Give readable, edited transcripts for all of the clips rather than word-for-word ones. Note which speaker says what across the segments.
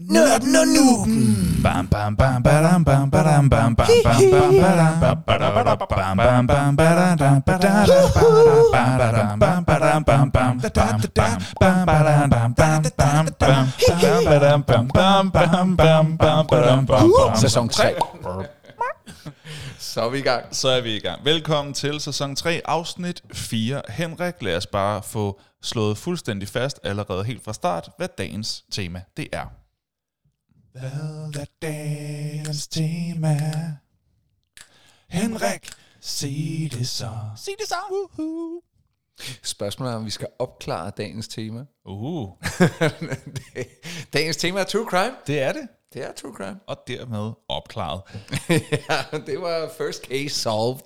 Speaker 1: Nørden og Nuben.
Speaker 2: Bam bam bam badam bam badam bam bam bam bam badam bam bam badam bam bam.
Speaker 1: Sæson 3.
Speaker 3: Så er vi i gang.
Speaker 2: Så er vi i gang. Velkommen til sæson 3, afsnit 4. Henrik, lad os bare få slået fuldstændig fast allerede helt fra start, hvad dagens tema det er. Hvad er dagens tema? Henrik, sig det så. Sig det så.
Speaker 3: Spørgsmålet er, om vi skal opklare dagens tema. Dagens tema er true crime.
Speaker 2: Det er det.
Speaker 3: Det er true crime.
Speaker 2: Og dermed opklaret.
Speaker 3: Ja, det var first case solved.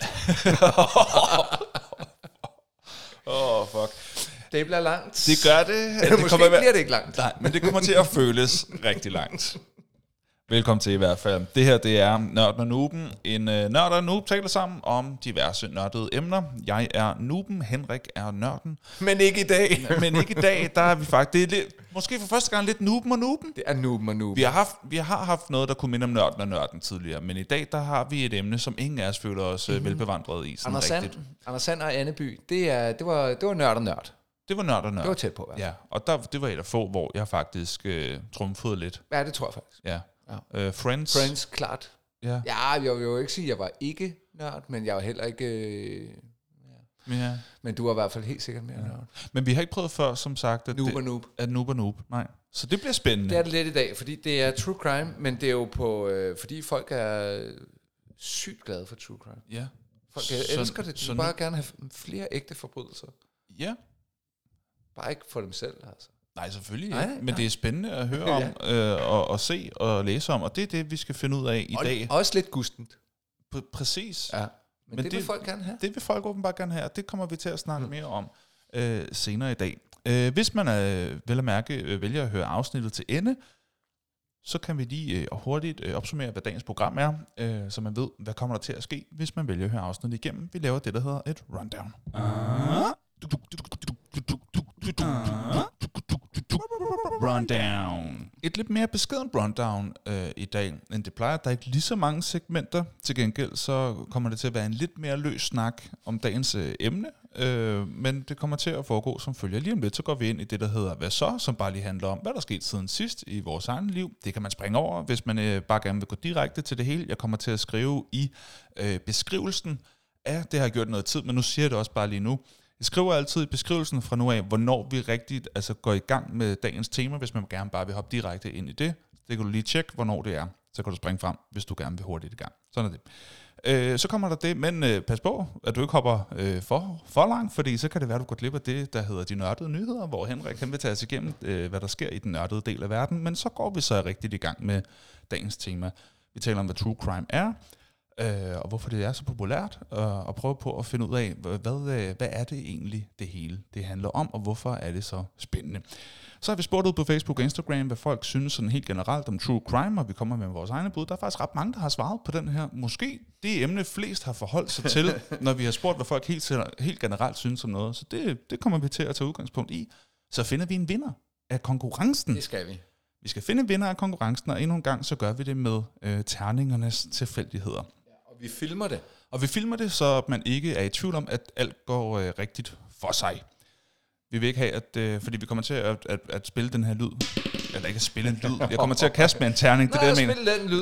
Speaker 2: Fuck.
Speaker 3: Det bliver langt.
Speaker 2: Det gør det.
Speaker 3: Måske bliver det ikke langt.
Speaker 2: Nej, men det kommer til at føles rigtig langt. Velkommen til i hvert fald. Det her, det er Nørden og Nuben. En nørd og noob taler sammen om diverse nørdede emner. Jeg er Nuben, Henrik er nørden.
Speaker 3: Men ikke i dag.
Speaker 2: Men ikke i dag, der er vi faktisk... Det er måske for første gang lidt Nuben og Nuben.
Speaker 3: Det er Nuben og Nuben.
Speaker 2: Vi har haft noget, der kunne minde om Nørden og Nørden tidligere. Men i dag, der har vi et emne, som ingen af os føler os velbevandret i.
Speaker 3: Anders Sand og Anneby, det var nørd og nørd.
Speaker 2: Det var nørd og nørd.
Speaker 3: Det var tæt på,
Speaker 2: ja. Og det var et af få, hvor jeg faktisk trumfede lidt.
Speaker 3: Ja, det tror jeg faktisk.
Speaker 2: Ja.
Speaker 3: Friends, klart.
Speaker 2: Ja.
Speaker 3: Ja, jeg vil jo ikke sige, at jeg var ikke nørd, men jeg var heller ikke...
Speaker 2: Ja.
Speaker 3: Men du var i hvert fald helt sikkert mere nørd.
Speaker 2: Men vi har ikke prøvet før, som sagt, at Noob og Noob. Nej. Så det bliver spændende.
Speaker 3: Det er det lidt i dag, fordi det er true crime, men det er jo på... fordi folk er sygt glade for true crime.
Speaker 2: Ja.
Speaker 3: Folk elsker det. De vil bare gerne have flere ægte forbrydelser.
Speaker 2: Ja.
Speaker 3: Bare ikke for dem selv, altså.
Speaker 2: Nej, selvfølgelig ikke. Men det er spændende at høre om, og se og læse om, og det er det, vi skal finde ud af i dag.
Speaker 3: Også lidt gustent.
Speaker 2: Præcis.
Speaker 3: Ja. Men det vil folk gerne have.
Speaker 2: Det vil folk åbenbart gerne have, og det kommer vi til at snakke mere om senere i dag. Hvis man vel at mærke vælger at høre afsnittet til ende, så kan vi lige hurtigt opsummere, hvad dagens program er, så man ved, hvad kommer der til at ske, hvis man vælger at høre afsnittet igennem. Vi laver det, der hedder et rundown. Rundown. Et lidt mere beskedent rundown i dag, end det plejer. Der er ikke lige så mange segmenter. Til gengæld så kommer det til at være en lidt mere løs snak om dagens emne, men det kommer til at foregå som følger. Lige om lidt, så går vi ind i det, der hedder Hvad så?, som bare lige handler om, hvad der skete siden sidst i vores egen liv. Det kan man springe over, hvis man bare gerne vil gå direkte til det hele. Jeg kommer til at skrive i beskrivelsen af, det har jeg gjort noget tid, men nu siger jeg det også bare lige nu. Jeg skriver altid i beskrivelsen fra nu af, hvornår vi rigtigt går i gang med dagens tema, hvis man gerne bare vil hoppe direkte ind i det. Det kan du lige tjekke, hvornår det er. Så kan du springe frem, hvis du gerne vil hurtigt i gang. Sådan er det. Så kommer der det, men pas på, at du ikke hopper for langt, fordi så kan det være, at du går glip af det, der hedder de nørdede nyheder, hvor Henrik vil tage os igennem, hvad der sker i den nørdede del af verden. Men så går vi så rigtigt i gang med dagens tema. Vi taler om, hvad true crime er, og hvorfor det er så populært, og prøve på at finde ud af, hvad er det egentlig, det hele det handler om, og hvorfor er det så spændende. Så har vi spurgt ud på Facebook og Instagram, hvad folk synes sådan helt generelt om true crime, og vi kommer med vores egne bud. Der er faktisk ret mange, der har svaret på den her. Måske det emne, flest har forholdt sig til, når vi har spurgt, hvad folk helt generelt synes om noget. Så det kommer vi til at tage udgangspunkt i. Så finder vi en vinder af konkurrencen.
Speaker 3: Det skal vi.
Speaker 2: Vi skal finde en vinder af konkurrencen, og endnu en gang, så gør vi det med terningernes tilfældigheder.
Speaker 3: Vi filmer det.
Speaker 2: Og vi filmer det, så man ikke er i tvivl om, at alt går rigtigt for sig. Vi vil ikke have, at fordi vi kommer til at spille den her lyd. Eller ikke at spille en lyd. Jeg kommer til at kaste med en terning. Det er det, jeg mener.
Speaker 3: Spil den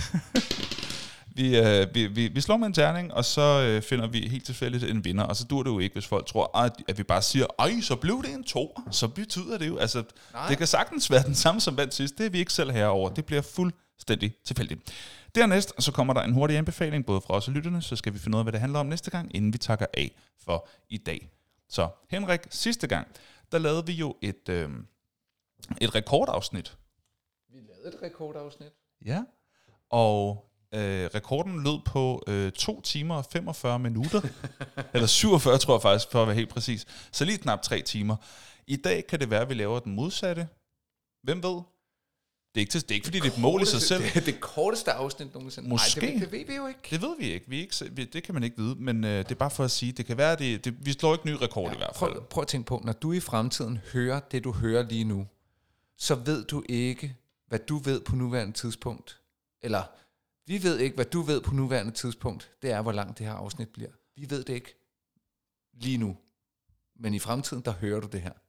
Speaker 2: lyd. Vi slår med en terning, og så finder vi helt tilfældigt en vinder. Og så dur det jo ikke, hvis folk tror, at vi bare siger, ej, så blev det en 2. Så betyder det jo, altså, det kan sagtens være den samme som vandt sidst. Det er vi ikke selv herover. Det bliver fuldstændig tilfældigt. Dernæst så kommer der en hurtig anbefaling, både fra os og lytterne, så skal vi finde ud af, hvad det handler om næste gang, inden vi takker af for i dag. Så Henrik, sidste gang, der lavede vi jo et rekordafsnit.
Speaker 3: Vi lavede et rekordafsnit.
Speaker 2: Ja, og rekorden lød på 2 timer og 45 minutter, eller 47 tror jeg faktisk, for at være helt præcis. Så lige knap 3 timer. I dag kan det være, at vi laver den modsatte. Hvem ved? Det er ikke fordi det er et mål i sig selv.
Speaker 3: Det er det korteste afsnit nogensinde.
Speaker 2: Måske.
Speaker 3: Nej, det ved vi jo ikke.
Speaker 2: Det ved vi ikke. Det kan man ikke vide, men det er bare for at sige, det kan være, vi slår ikke ny rekord i hvert fald.
Speaker 3: Prøv at tænke på, når du i fremtiden hører det, du hører lige nu, så ved du ikke, hvad du ved på nuværende tidspunkt, eller vi ved ikke, hvad du ved på nuværende tidspunkt, det er, hvor langt det her afsnit bliver. Vi ved det ikke lige nu, men i fremtiden, der hører du det her.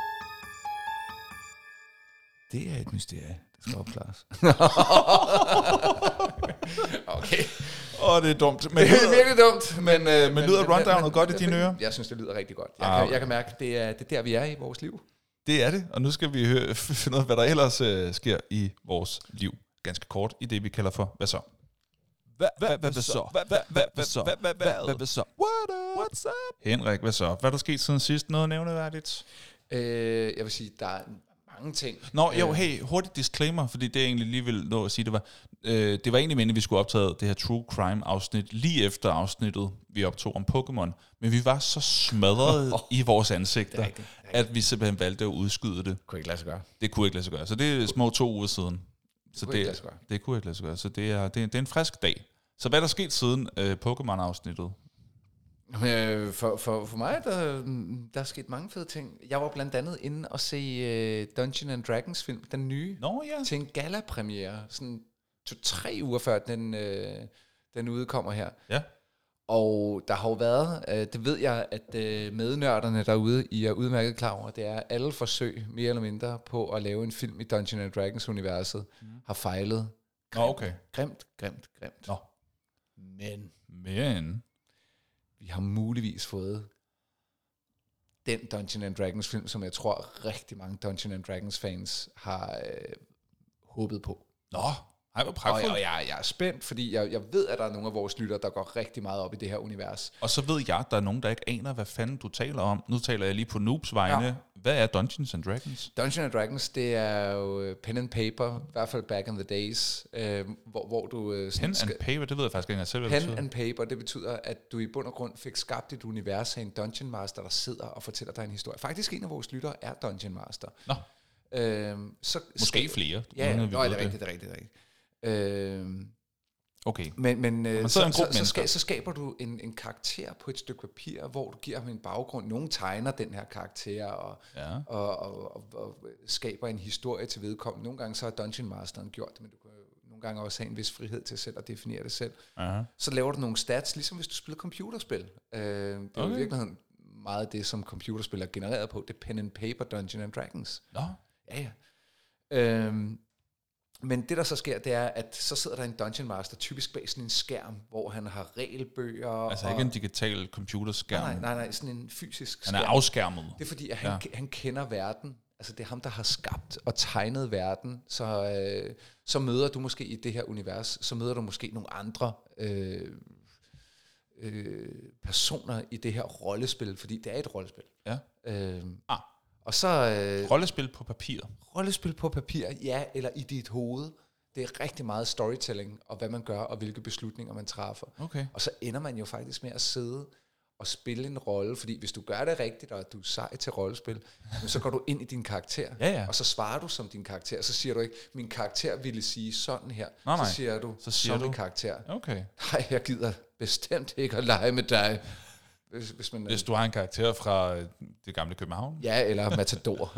Speaker 3: Det er et mysterie, det skal opklares. Okay.
Speaker 2: Det er dumt.
Speaker 3: Det er virkelig dumt.
Speaker 2: Men lyder Rundown noget godt i dine ører?
Speaker 3: Jeg synes, det lyder rigtig godt. Jeg kan mærke, det er der, vi er i vores liv.
Speaker 2: Det er det, og nu skal vi finde ud af, hvad der ellers sker i vores liv. Ganske kort i det, vi kalder for, hvad så?
Speaker 1: Hvad så? Hvad så? What's up?
Speaker 2: Henrik, hvad så? Hvad er der sket siden sidst? Noget nævneværdigt?
Speaker 3: Jeg vil sige, der er mange ting.
Speaker 2: Nå, jo, hey, hurtigt disclaimer, fordi det jeg egentlig lige vil nå at sige, det var egentlig meningen, at vi skulle optage det her True Crime afsnit lige efter afsnittet, vi optog om Pokémon. Men vi var så smadret i vores ansigter, at vi simpelthen valgte at udskyde det.
Speaker 3: Kunne ikke lade sig gøre.
Speaker 2: Det kunne ikke lade sig gøre. Så det er små 2 uger siden. Så
Speaker 3: kunne ikke lade sig gøre.
Speaker 2: Det kunne ikke lade sig gøre. Så det er en frisk dag. Så hvad er der sket siden Pokémon-afsnittet?
Speaker 3: For mig, der er sket mange fede ting. Jeg var blandt andet inde og se Dungeons and Dragons film, den nye, til en gala-premiere, sådan 2-3 uger før den udkommer her.
Speaker 2: Ja.
Speaker 3: Og der har jo været, det ved jeg, at mednørderne derude, I er udmærket klar over, det er alle forsøg, mere eller mindre, på at lave en film i Dungeons and Dragons-universet, har fejlet. Grimt.
Speaker 2: Nå. Men
Speaker 3: vi har muligvis fået den Dungeons and Dragons film, som jeg tror rigtig mange Dungeons and Dragons fans har håbet på.
Speaker 2: Nå, hvor pragtfuldt.
Speaker 3: Og jeg er spændt, fordi jeg ved, at der er nogle af vores lyttere, der går rigtig meget op i det her univers.
Speaker 2: Og så ved jeg, at der er nogen, der ikke aner, hvad fanden du taler om. Nu taler jeg lige på Noobs vegne. Ja. Hvad er Dungeons and Dragons?
Speaker 3: Dungeons and Dragons, det er jo pen and paper, i hvert fald back in the days, hvor du...
Speaker 2: Pen and paper, det ved jeg faktisk ikke, jeg selv hvad
Speaker 3: pen
Speaker 2: betyder.
Speaker 3: and paper, det betyder, at du i bund og grund fik skabt et univers af en Dungeon Master, der sidder og fortæller dig en historie. Faktisk en af vores lyttere er Dungeon Master.
Speaker 2: Nå. Måske flere.
Speaker 3: Ja, det er rigtigt.
Speaker 2: Okay.
Speaker 3: Men så skaber du en karakter på et stykke papir, hvor du giver ham en baggrund. Nogen tegner den her karakter og skaber en historie til vedkommende. Nogle gange så har Dungeon Masteren gjort det, men du kan nogle gange også have en vis frihed til selv at definere det selv. Uh-huh. Så laver du nogle stats, ligesom hvis du spiller computerspil. Det er jo i virkeligheden meget det, som computerspil er genereret på. Det er pen and paper Dungeons and Dragons.
Speaker 2: Nå.
Speaker 3: Ja. Men det, der så sker, det er, at så sidder der en Dungeon Master, typisk bag sådan en skærm, hvor han har regelbøger.
Speaker 2: Altså ikke en digital computerskærm?
Speaker 3: Nej, sådan en fysisk
Speaker 2: skærm.
Speaker 3: Han
Speaker 2: er afskærmet?
Speaker 3: Det er fordi, at han kender verden. Altså det er ham, der har skabt og tegnet verden. Så møder du måske i det her univers, så møder du måske nogle andre personer i det her rollespil, fordi det er et rollespil.
Speaker 2: Ja.
Speaker 3: Og så
Speaker 2: rollespil på papir.
Speaker 3: Rollespil på papir, ja, eller i dit hoved. Det er rigtig meget storytelling, og hvad man gør, og hvilke beslutninger man træffer.
Speaker 2: Okay.
Speaker 3: Og så ender man jo faktisk med at sidde og spille en rolle, fordi hvis du gør det rigtigt, og du er sej til rollespil, så går du ind i din karakter, og så svarer du som din karakter, så siger du ikke, min karakter ville sige sådan her.
Speaker 2: Nej.
Speaker 3: Så siger du, som min karakter.
Speaker 2: Okay.
Speaker 3: Nej, jeg gider bestemt ikke at lege med dig.
Speaker 2: Hvis du har en karakter fra det gamle København?
Speaker 3: Ja, eller Matador.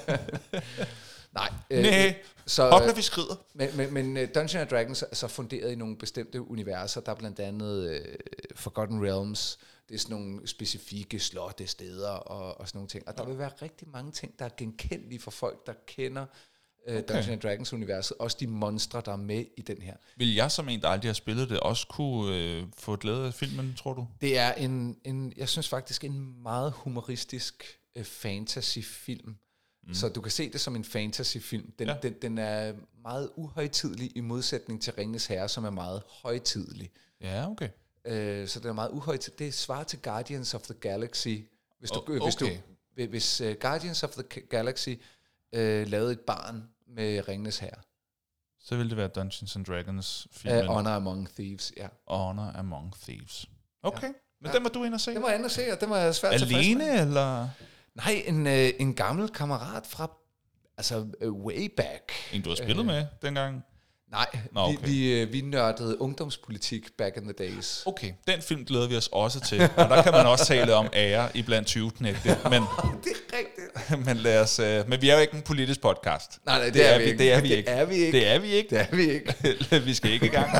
Speaker 2: Nej, hopper vi skrider.
Speaker 3: Men Dungeons and Dragons er så funderet i nogle bestemte universer. Der er blandt andet Forgotten Realms. Det er sådan nogle specifikke slotte, steder og sådan nogle ting. Og der vil være rigtig mange ting, der er genkendelige for folk, der kender Dungeons and Dragons universet. Også de monstre, der er med i den her.
Speaker 2: Vil jeg som en, der aldrig har spillet det, også kunne få glæde af filmen, tror du?
Speaker 3: Det er jeg synes faktisk, en meget humoristisk fantasyfilm. Så du kan se det som en fantasyfilm. Den er meget uhøjtidelig i modsætning til Ringenes Herre, som er meget højtidelig.
Speaker 2: Ja, okay.
Speaker 3: Så den er meget uhøjtidelig. Det svarer til Guardians of the Galaxy. Hvis Guardians of the Galaxy lavede et barn med Ringenes Herre,
Speaker 2: så ville det være Dungeons and Dragons filmen.
Speaker 3: Honor Among Thieves, ja.
Speaker 2: Honor Among Thieves. Okay, men den var du inde at se?
Speaker 3: Den var jeg inde at se, og den var svært
Speaker 2: alene, eller?
Speaker 3: Nej, en gammel kammerat fra, way back.
Speaker 2: En, du har spillet med dengang?
Speaker 3: Nej, okay. vi nørdede ungdomspolitik back in the days.
Speaker 2: Okay, den film glæder vi os også til, og der kan man også tale om ære iblandt 20-knægte. Men,
Speaker 3: det er rigtigt.
Speaker 2: Men vi er jo ikke en politisk podcast.
Speaker 3: Nej, det er vi ikke.
Speaker 2: Det er vi ikke.
Speaker 3: Det er vi ikke.
Speaker 2: Vi skal ikke i gang.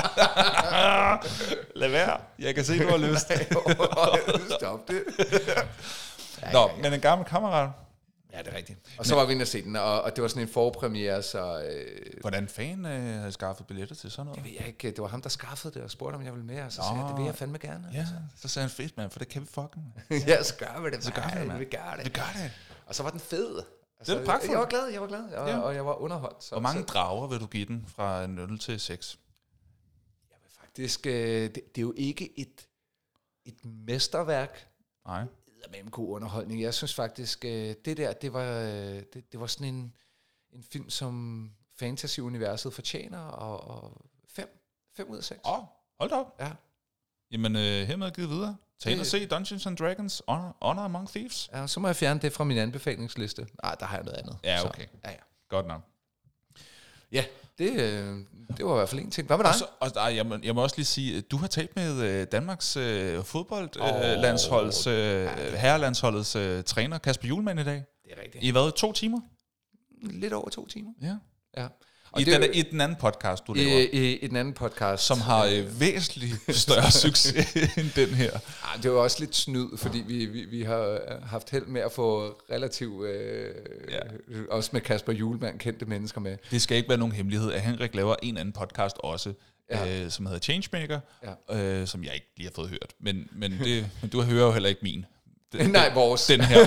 Speaker 2: Lad være. Jeg kan se, du har lyst.
Speaker 3: Stop det.
Speaker 2: Nå, men en gammel kammerat.
Speaker 3: Ja, det er rigtigt. Og så var vi inde og se den, og det var sådan en forpremiere, så...
Speaker 2: Hvordan fanden havde skaffet billetter til sådan noget?
Speaker 3: Det ved jeg ikke. Det var ham, der skaffede det og spurgte, om jeg ville med, og så sagde jeg, det vil jeg fandme gerne.
Speaker 2: Ja, så sagde han, fedt mand, for det kan vi fucking.
Speaker 3: Ja, så gør vi det.
Speaker 2: Så gør vi det,
Speaker 3: vi gør det.
Speaker 2: Vi gør det.
Speaker 3: Og så var den fed.
Speaker 2: Altså, det er pragtfuldt.
Speaker 3: Jeg var glad, og jeg var underholdt. Så,
Speaker 2: hvor mange drager vil du give den fra 0 til 6?
Speaker 3: Jeg vil faktisk... Det er jo ikke et mesterværk.
Speaker 2: Nej.
Speaker 3: Med en god underholdning. Jeg synes faktisk, det der, det var sådan en film, som fantasy-universet fortjener, og 5 ud af 6.
Speaker 2: Hold da op.
Speaker 3: Ja.
Speaker 2: Jamen, hermed givet videre. Tag ind og se Dungeons and Dragons, Honor Among Thieves.
Speaker 3: Ja, så må jeg fjerne det fra min anbefalingsliste. Der har jeg noget andet.
Speaker 2: Ja, okay.
Speaker 3: Så, ja.
Speaker 2: Godt nok.
Speaker 3: Ja, det var i hvert fald en ting. Hvad med dig?
Speaker 2: Jeg må også lige sige, at du har talt med Danmarks fodboldlandsholds, herrelandsholdets træner, Kasper Hjulmand, i dag.
Speaker 3: Det er rigtigt.
Speaker 2: I hvad, 2 timer?
Speaker 3: Lidt over 2 timer.
Speaker 2: Ja. I den anden podcast, du laver.
Speaker 3: I den anden podcast.
Speaker 2: Som har væsentligt større succes end den her.
Speaker 3: Det var også lidt snyd, fordi vi har haft held med at få relativt, også med Kasper Hjulmand, kendte mennesker med.
Speaker 2: Det skal ikke være nogen hemmelighed, at Henrik laver en anden podcast også, som hedder Changemaker, som jeg ikke lige har fået hørt. Men du hører jo heller ikke min.
Speaker 3: Nej, vores.
Speaker 2: Den her.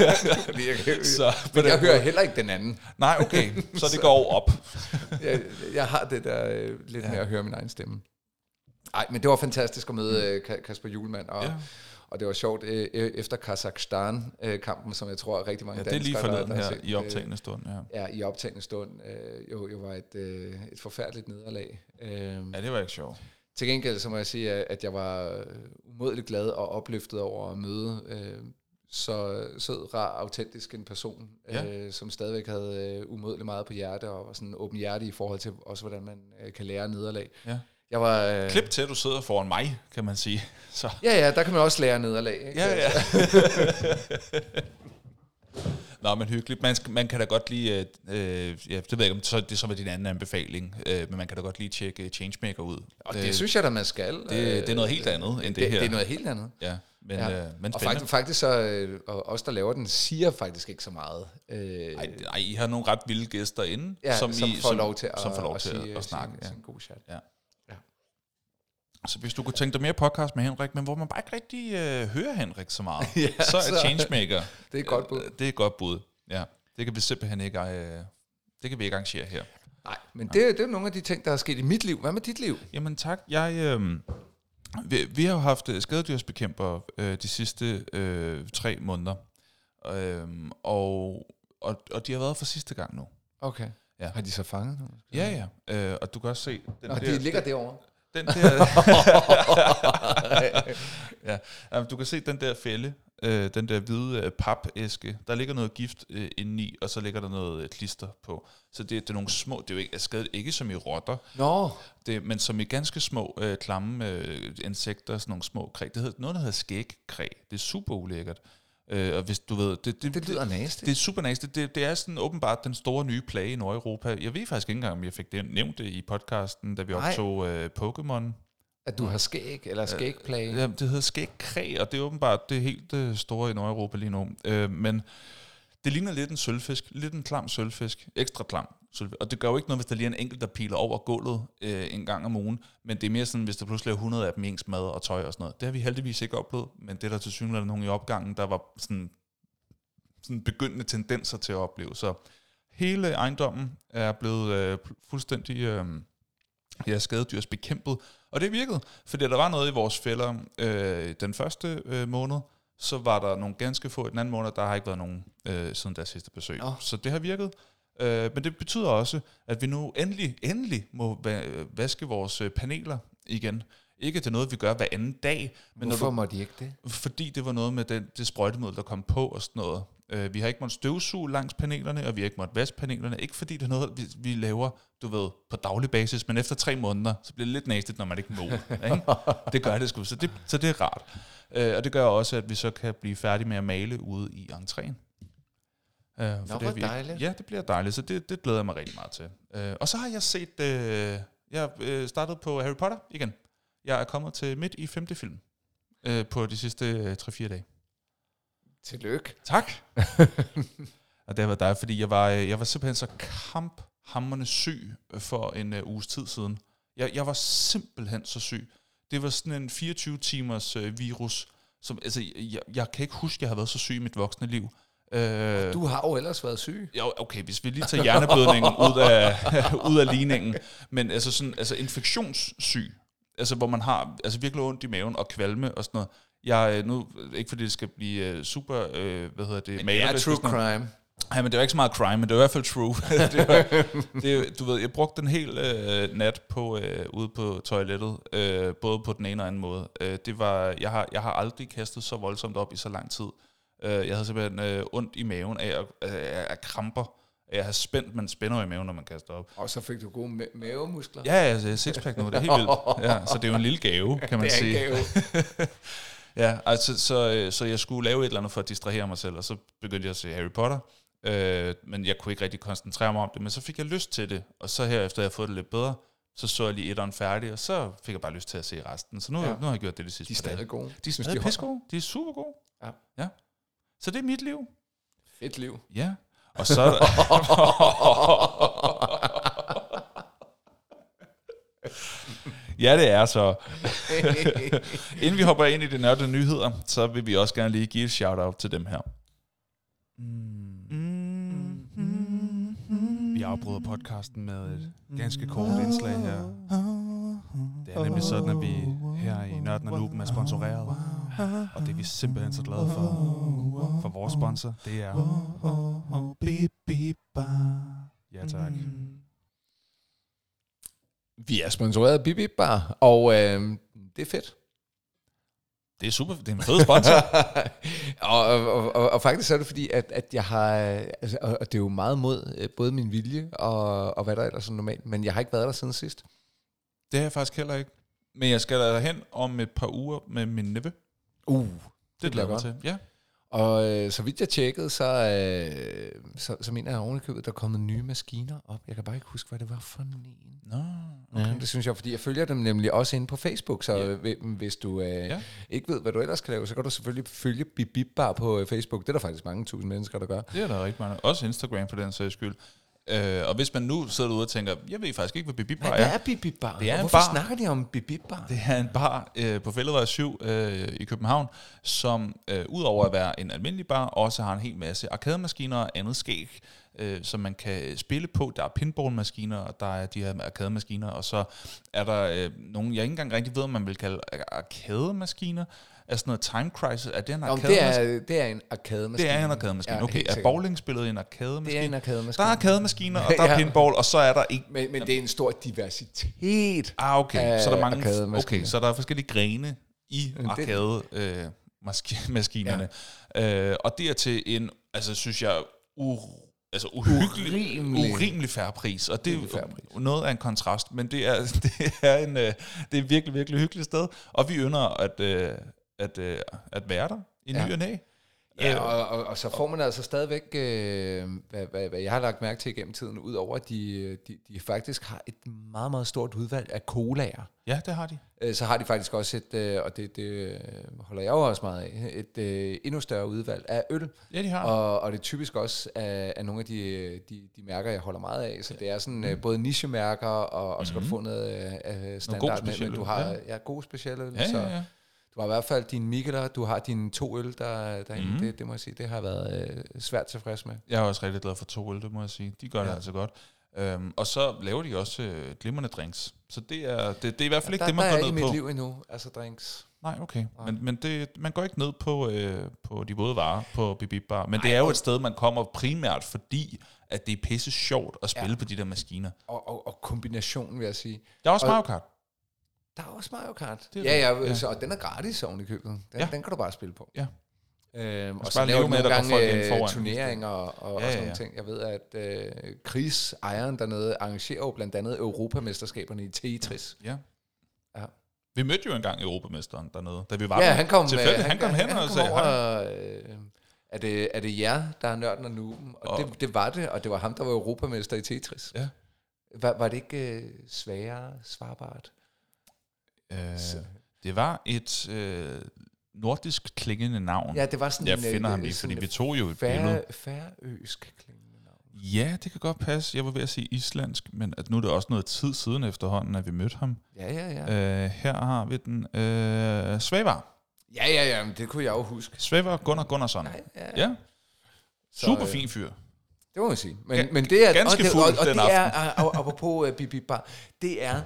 Speaker 3: Jeg hører heller ikke den anden.
Speaker 2: Nej, okay. Så det går op.
Speaker 3: jeg har det der lidt med at høre min egen stemme. Nej, men det var fantastisk at møde Kasper Hjulmand, og det var sjovt efter Kazakhstan-kampen, som jeg tror rigtig mange danskere...
Speaker 2: det er lige forleden her i optagende stund.
Speaker 3: Ja, i optagende stund. Jo var et forfærdeligt nederlag.
Speaker 2: Det var ikke sjovt.
Speaker 3: Til gengæld så må jeg sige, at jeg var umådeligt glad og opløftet over at møde så sød, rar, autentisk en person, som stadigvæk havde umådeligt meget på hjerte, og var sådan åben hjerte i forhold til også, hvordan man kan lære nederlag.
Speaker 2: Ja.
Speaker 3: Jeg var,
Speaker 2: klip til, at du sidder foran mig, kan man sige. Så.
Speaker 3: Ja, der kan man også lære nederlag. Ikke?
Speaker 2: Ja. Nå, men hyggeligt. Man kan da godt lige, det ved jeg ikke, så det som er din anden anbefaling, men man kan da godt lige tjekke Changemaker ud.
Speaker 3: Og det synes jeg da, man skal.
Speaker 2: Det er noget helt andet end det her.
Speaker 3: Det er noget helt andet.
Speaker 2: Ja, men
Speaker 3: og faktisk så, og os, der laver den, siger faktisk ikke så meget.
Speaker 2: Nej, I har nogle ret vilde gæster inde,
Speaker 3: som får lov til
Speaker 2: at snakke.
Speaker 3: Sin god chat.
Speaker 2: Ja. Så hvis du kunne tænke dig mere podcast med Henrik, men hvor man bare ikke rigtig hører Henrik så meget, så er Changemaker.
Speaker 3: Det er et godt bud.
Speaker 2: Det er et godt bud, ja. Det kan vi simpelthen ikke, det kan vi ikke arrangere her.
Speaker 3: Nej, men det er nogle af de ting, der er sket i mit liv. Hvad med dit liv?
Speaker 2: Jamen tak. Vi har jo haft skadedyrsbekæmper de sidste 3 måneder, og de har været for sidste gang nu.
Speaker 3: Okay.
Speaker 2: Ja.
Speaker 3: Har de så fanget nu?
Speaker 2: Ja. Og du kan også se...
Speaker 3: de ligger derovre.
Speaker 2: Den der, du kan se den der fælde, den der hvide papæske. Der ligger noget gift indeni, og så ligger der noget klister på. Så det er nogle små, det er jo ikke skadet, ikke som i rotter, men som i ganske små klamme insekter, sådan nogle små kræ. Det hedder noget, der hedder skægkræ. Det er super ulækkert. Og hvis du ved,
Speaker 3: det lyder nasty.
Speaker 2: Det er super nasty. Det er sådan åbenbart den store nye plage i Nordeuropa. Jeg ved faktisk ikke engang, om jeg fik det nævnt det i podcasten, da vi optog Pokémon.
Speaker 3: At du har skæg, eller skægplage?
Speaker 2: Ja, det hedder skægkræ, og det er åbenbart det helt store i Nordeuropa lige nu. Men det ligner lidt en sølvfisk, lidt en klam sølvfisk, ekstra klam sølvfisk. Og det gør jo ikke noget, hvis der lige er en enkelt, der piler over gulvet en gang om ugen. Men det er mere sådan, hvis der pludselig er 100 af dem i ens mad og tøj og sådan noget. Det har vi heldigvis ikke oplevet, men det er der til synligheden nogen i opgangen, der var sådan begyndende tendenser til at opleve. Så hele ejendommen er blevet fuldstændig skadedyrs bekæmpet. Og det virkede, fordi der var noget i vores fælder den første måned, så var der nogle ganske få i den anden måned, der har ikke været nogen siden deres sidste besøg. Så det har virket. Men det betyder også, at vi nu endelig må vaske vores paneler igen. Ikke til noget, vi gør hver anden dag. Men
Speaker 3: hvorfor må de ikke det?
Speaker 2: Fordi det var noget med det sprøjtemiddel, der kom på og sådan noget. Vi har ikke måttet støvsuge langs panelerne, og vi har ikke måttet vaske panelerne. Ikke fordi det er noget, vi laver, du ved, på daglig basis, men efter 3 måneder, så bliver det lidt næstigt, når man ikke må. Ikke? Det gør det sgu, så det er rart. Og det gør også, at vi så kan blive færdige med at male ude i entréen.
Speaker 3: Hvor dejligt.
Speaker 2: Ja, det bliver dejligt, så det glæder jeg mig rigtig meget til. Og så har jeg set, jeg startede på Harry Potter igen. Jeg er kommet til midt i 5. film på de sidste 3-4 dage.
Speaker 3: Tillykke.
Speaker 2: Tak. Og det var dig, fordi jeg var simpelthen så kamphamrende syg for en uges tid siden. Jeg var simpelthen så syg. Det var sådan en 24-timers virus, som, altså, jeg kan ikke huske, at jeg har været så syg i mit voksne liv.
Speaker 3: Du har jo ellers været syg.
Speaker 2: Ja, okay, hvis vi lige tager hjerneblødningen ud af ligningen. Men altså infektionssyg, altså hvor man har altså virkelig ondt i maven og kvalme og sådan noget. Nu, ikke fordi det skal blive super,
Speaker 3: Men det er true crime.
Speaker 2: Ja, men det var ikke så meget crime, men det var i hvert fald true. Du ved, jeg brugte den hel nat ude på toilettet, både på den ene og anden måde. Jeg har aldrig kastet så voldsomt op i så lang tid. Jeg havde simpelthen ondt i maven af kramper. Jeg har spændt, man spænder i maven, når man kaster op.
Speaker 3: Og så fik du gode mavemuskler.
Speaker 2: Ja, altså jeg er sixpack nu, det er helt vildt. Ja, så det er jo en lille gave, kan man sige.
Speaker 3: Det er en gave.
Speaker 2: Ja, altså så jeg skulle lave et eller andet for at distrahere mig selv, og så begyndte jeg at se Harry Potter. Men jeg kunne ikke rigtig koncentrere mig om det, men så fik jeg lyst til det. Og så herefter jeg fået det lidt bedre, så jeg lige etteren færdig, og så fik jeg bare lyst til at se resten. Så nu har jeg gjort det sidste.
Speaker 3: De er stadig gode.
Speaker 2: De er stadig pissegode. De er super gode. Ja. Så det er mit liv.
Speaker 3: Fedt liv.
Speaker 2: Ja. Og så... Ja, det er så. Inden vi hopper ind i de nørdede nyheder, så vil vi også gerne lige give et shout-out til dem her. Vi afbryder podcasten med et ganske kort indslag her. Det er nemlig sådan, at vi her i Nørden og Nuben er sponsoreret. Og det er vi simpelthen så glade for vores sponsor. Det er... Ja, tak.
Speaker 3: Vi er sponsoreret af Bip Bip Bar, og det er fedt.
Speaker 2: Det er super, det er en fed sponsor.
Speaker 3: og faktisk er det fordi, at jeg har, altså, og det er jo meget mod både min vilje og hvad der ellers er normalt, men jeg har ikke været der siden sidst.
Speaker 2: Det har jeg faktisk heller ikke. Men jeg skal derhen om et par uger med min nevø.
Speaker 3: Det glæder mig til.
Speaker 2: Ja.
Speaker 3: Og så vidt jeg tjekkede, så mener jeg ovenikøbet, der er kommet nye maskiner op. Jeg kan bare ikke huske, hvad det var for en.
Speaker 2: Okay.
Speaker 3: Ja, det synes jeg, fordi jeg følger dem nemlig også inde på Facebook, så hvis du ikke ved, hvad du ellers kan lave, så kan du selvfølgelig følge Bip Bip Bar på Facebook. Det er der faktisk mange tusind mennesker, der gør.
Speaker 2: Det er der rigtig mange. Også Instagram for den sags skyld. Og hvis man nu sidder derude og tænker, jeg ved faktisk ikke, hvad Bip Bip Bar er.
Speaker 3: Hvad er Bip Bip Bar?
Speaker 2: Det er
Speaker 3: Hvorfor snakker de om Bip Bip Bar?
Speaker 2: Det er en bar på Fælledvej 7 i København, som udover at være en almindelig bar, også har en hel masse arkademaskiner og andet skæg, som man kan spille på. Der er pinballmaskiner, og der er de her arkademaskiner, og så er der nogle, jeg ikke engang rigtig ved, om man vil kalde arkademaskiner. Er sådan noget Time Crisis? Er det en arkademaskine?
Speaker 3: Det er en arkademaskine.
Speaker 2: Det er en arkademaskine. Okay, er bowlingspillet en arkademaskine?
Speaker 3: Det er en arkademaskine.
Speaker 2: Der er arkademaskiner, og der er pinball, og så er der ikke...
Speaker 3: Men det er en stor diversitet.
Speaker 2: Okay. Så er der mange... Okay, så der er forskellige grene i arkademaskinerne. Og det er til en, altså synes jeg, urimelig fair pris, og det er noget af en kontrast, men det er virkelig, virkelig hyggeligt sted, og vi ynder at være der i ny og næ.
Speaker 3: Ja, og så får man altså stadigvæk, hvad jeg har lagt mærke til igennem tiden, udover at de faktisk har et meget, meget stort udvalg af colaer.
Speaker 2: Ja, det har de.
Speaker 3: Så har de faktisk også og det holder jeg jo også meget af, et endnu større udvalg af øl.
Speaker 2: Ja, de har.
Speaker 3: Og det er typisk også af nogle af de mærker, jeg holder meget af. Så det er sådan både nichemærker, og så kan du få noget standard med, men du har gode specielle øl.
Speaker 2: Ja.
Speaker 3: Du har i hvert fald din Mikkeler, du har dine 2 øl derinde. Det må jeg sige, det har været svært tilfreds med.
Speaker 2: Jeg er også rigtig glad for 2 øl, det må jeg sige. De gør det altså godt. Og så laver de også glimrende drinks. Så det er i hvert fald ikke det, man går ned på.
Speaker 3: Der er ikke mit liv endnu, altså drinks.
Speaker 2: Nej, okay. Men man går ikke ned på de våde varer på Bip Bip Bar. Men det er jo et sted, man kommer primært, fordi at det er pisse sjovt at spille på de der maskiner.
Speaker 3: Og kombinationen, vil jeg sige.
Speaker 2: Der er også Mario Kart.
Speaker 3: Der er også Mario Kart.
Speaker 2: Ja.
Speaker 3: Så, og den er gratis oven i købet. Den kan du bare spille på.
Speaker 2: Ja.
Speaker 3: Og så laver de nogle gange turneringer og sådan nogle ting. Jeg ved, at Chris, ejeren dernede, arrangerer jo blandt andet Europamesterskaberne i Tetris.
Speaker 2: Ja. Vi mødte jo engang Europamesteren dernede, da vi var der.
Speaker 3: Han kom
Speaker 2: hen og sagde
Speaker 3: hej. Er det jer, der er nørden og nuben? Og det var det, og det var ham, der var europamester i Tetris.
Speaker 2: Ja.
Speaker 3: Var det ikke sværere svarbart?
Speaker 2: Det var et nordisk klingende navn.
Speaker 3: Ja, det var sådan
Speaker 2: jeg finder ham lige, fordi vi tog jo et billede.
Speaker 3: Færøsk klingende navn.
Speaker 2: Ja, det kan godt passe. Jeg var ved at sige islandsk, men at nu er det også noget tid siden efterhånden, at vi mødte ham.
Speaker 3: Ja.
Speaker 2: Her har vi den. Svavar.
Speaker 3: Ja, men det kunne jeg jo huske.
Speaker 2: Svavar Gunnarsson. Ja. Super fin fyr.
Speaker 3: Det må man sige. Men det er
Speaker 2: ganske fuld
Speaker 3: og
Speaker 2: den
Speaker 3: det
Speaker 2: aften.
Speaker 3: er apropos Bip Bip Bar. Det er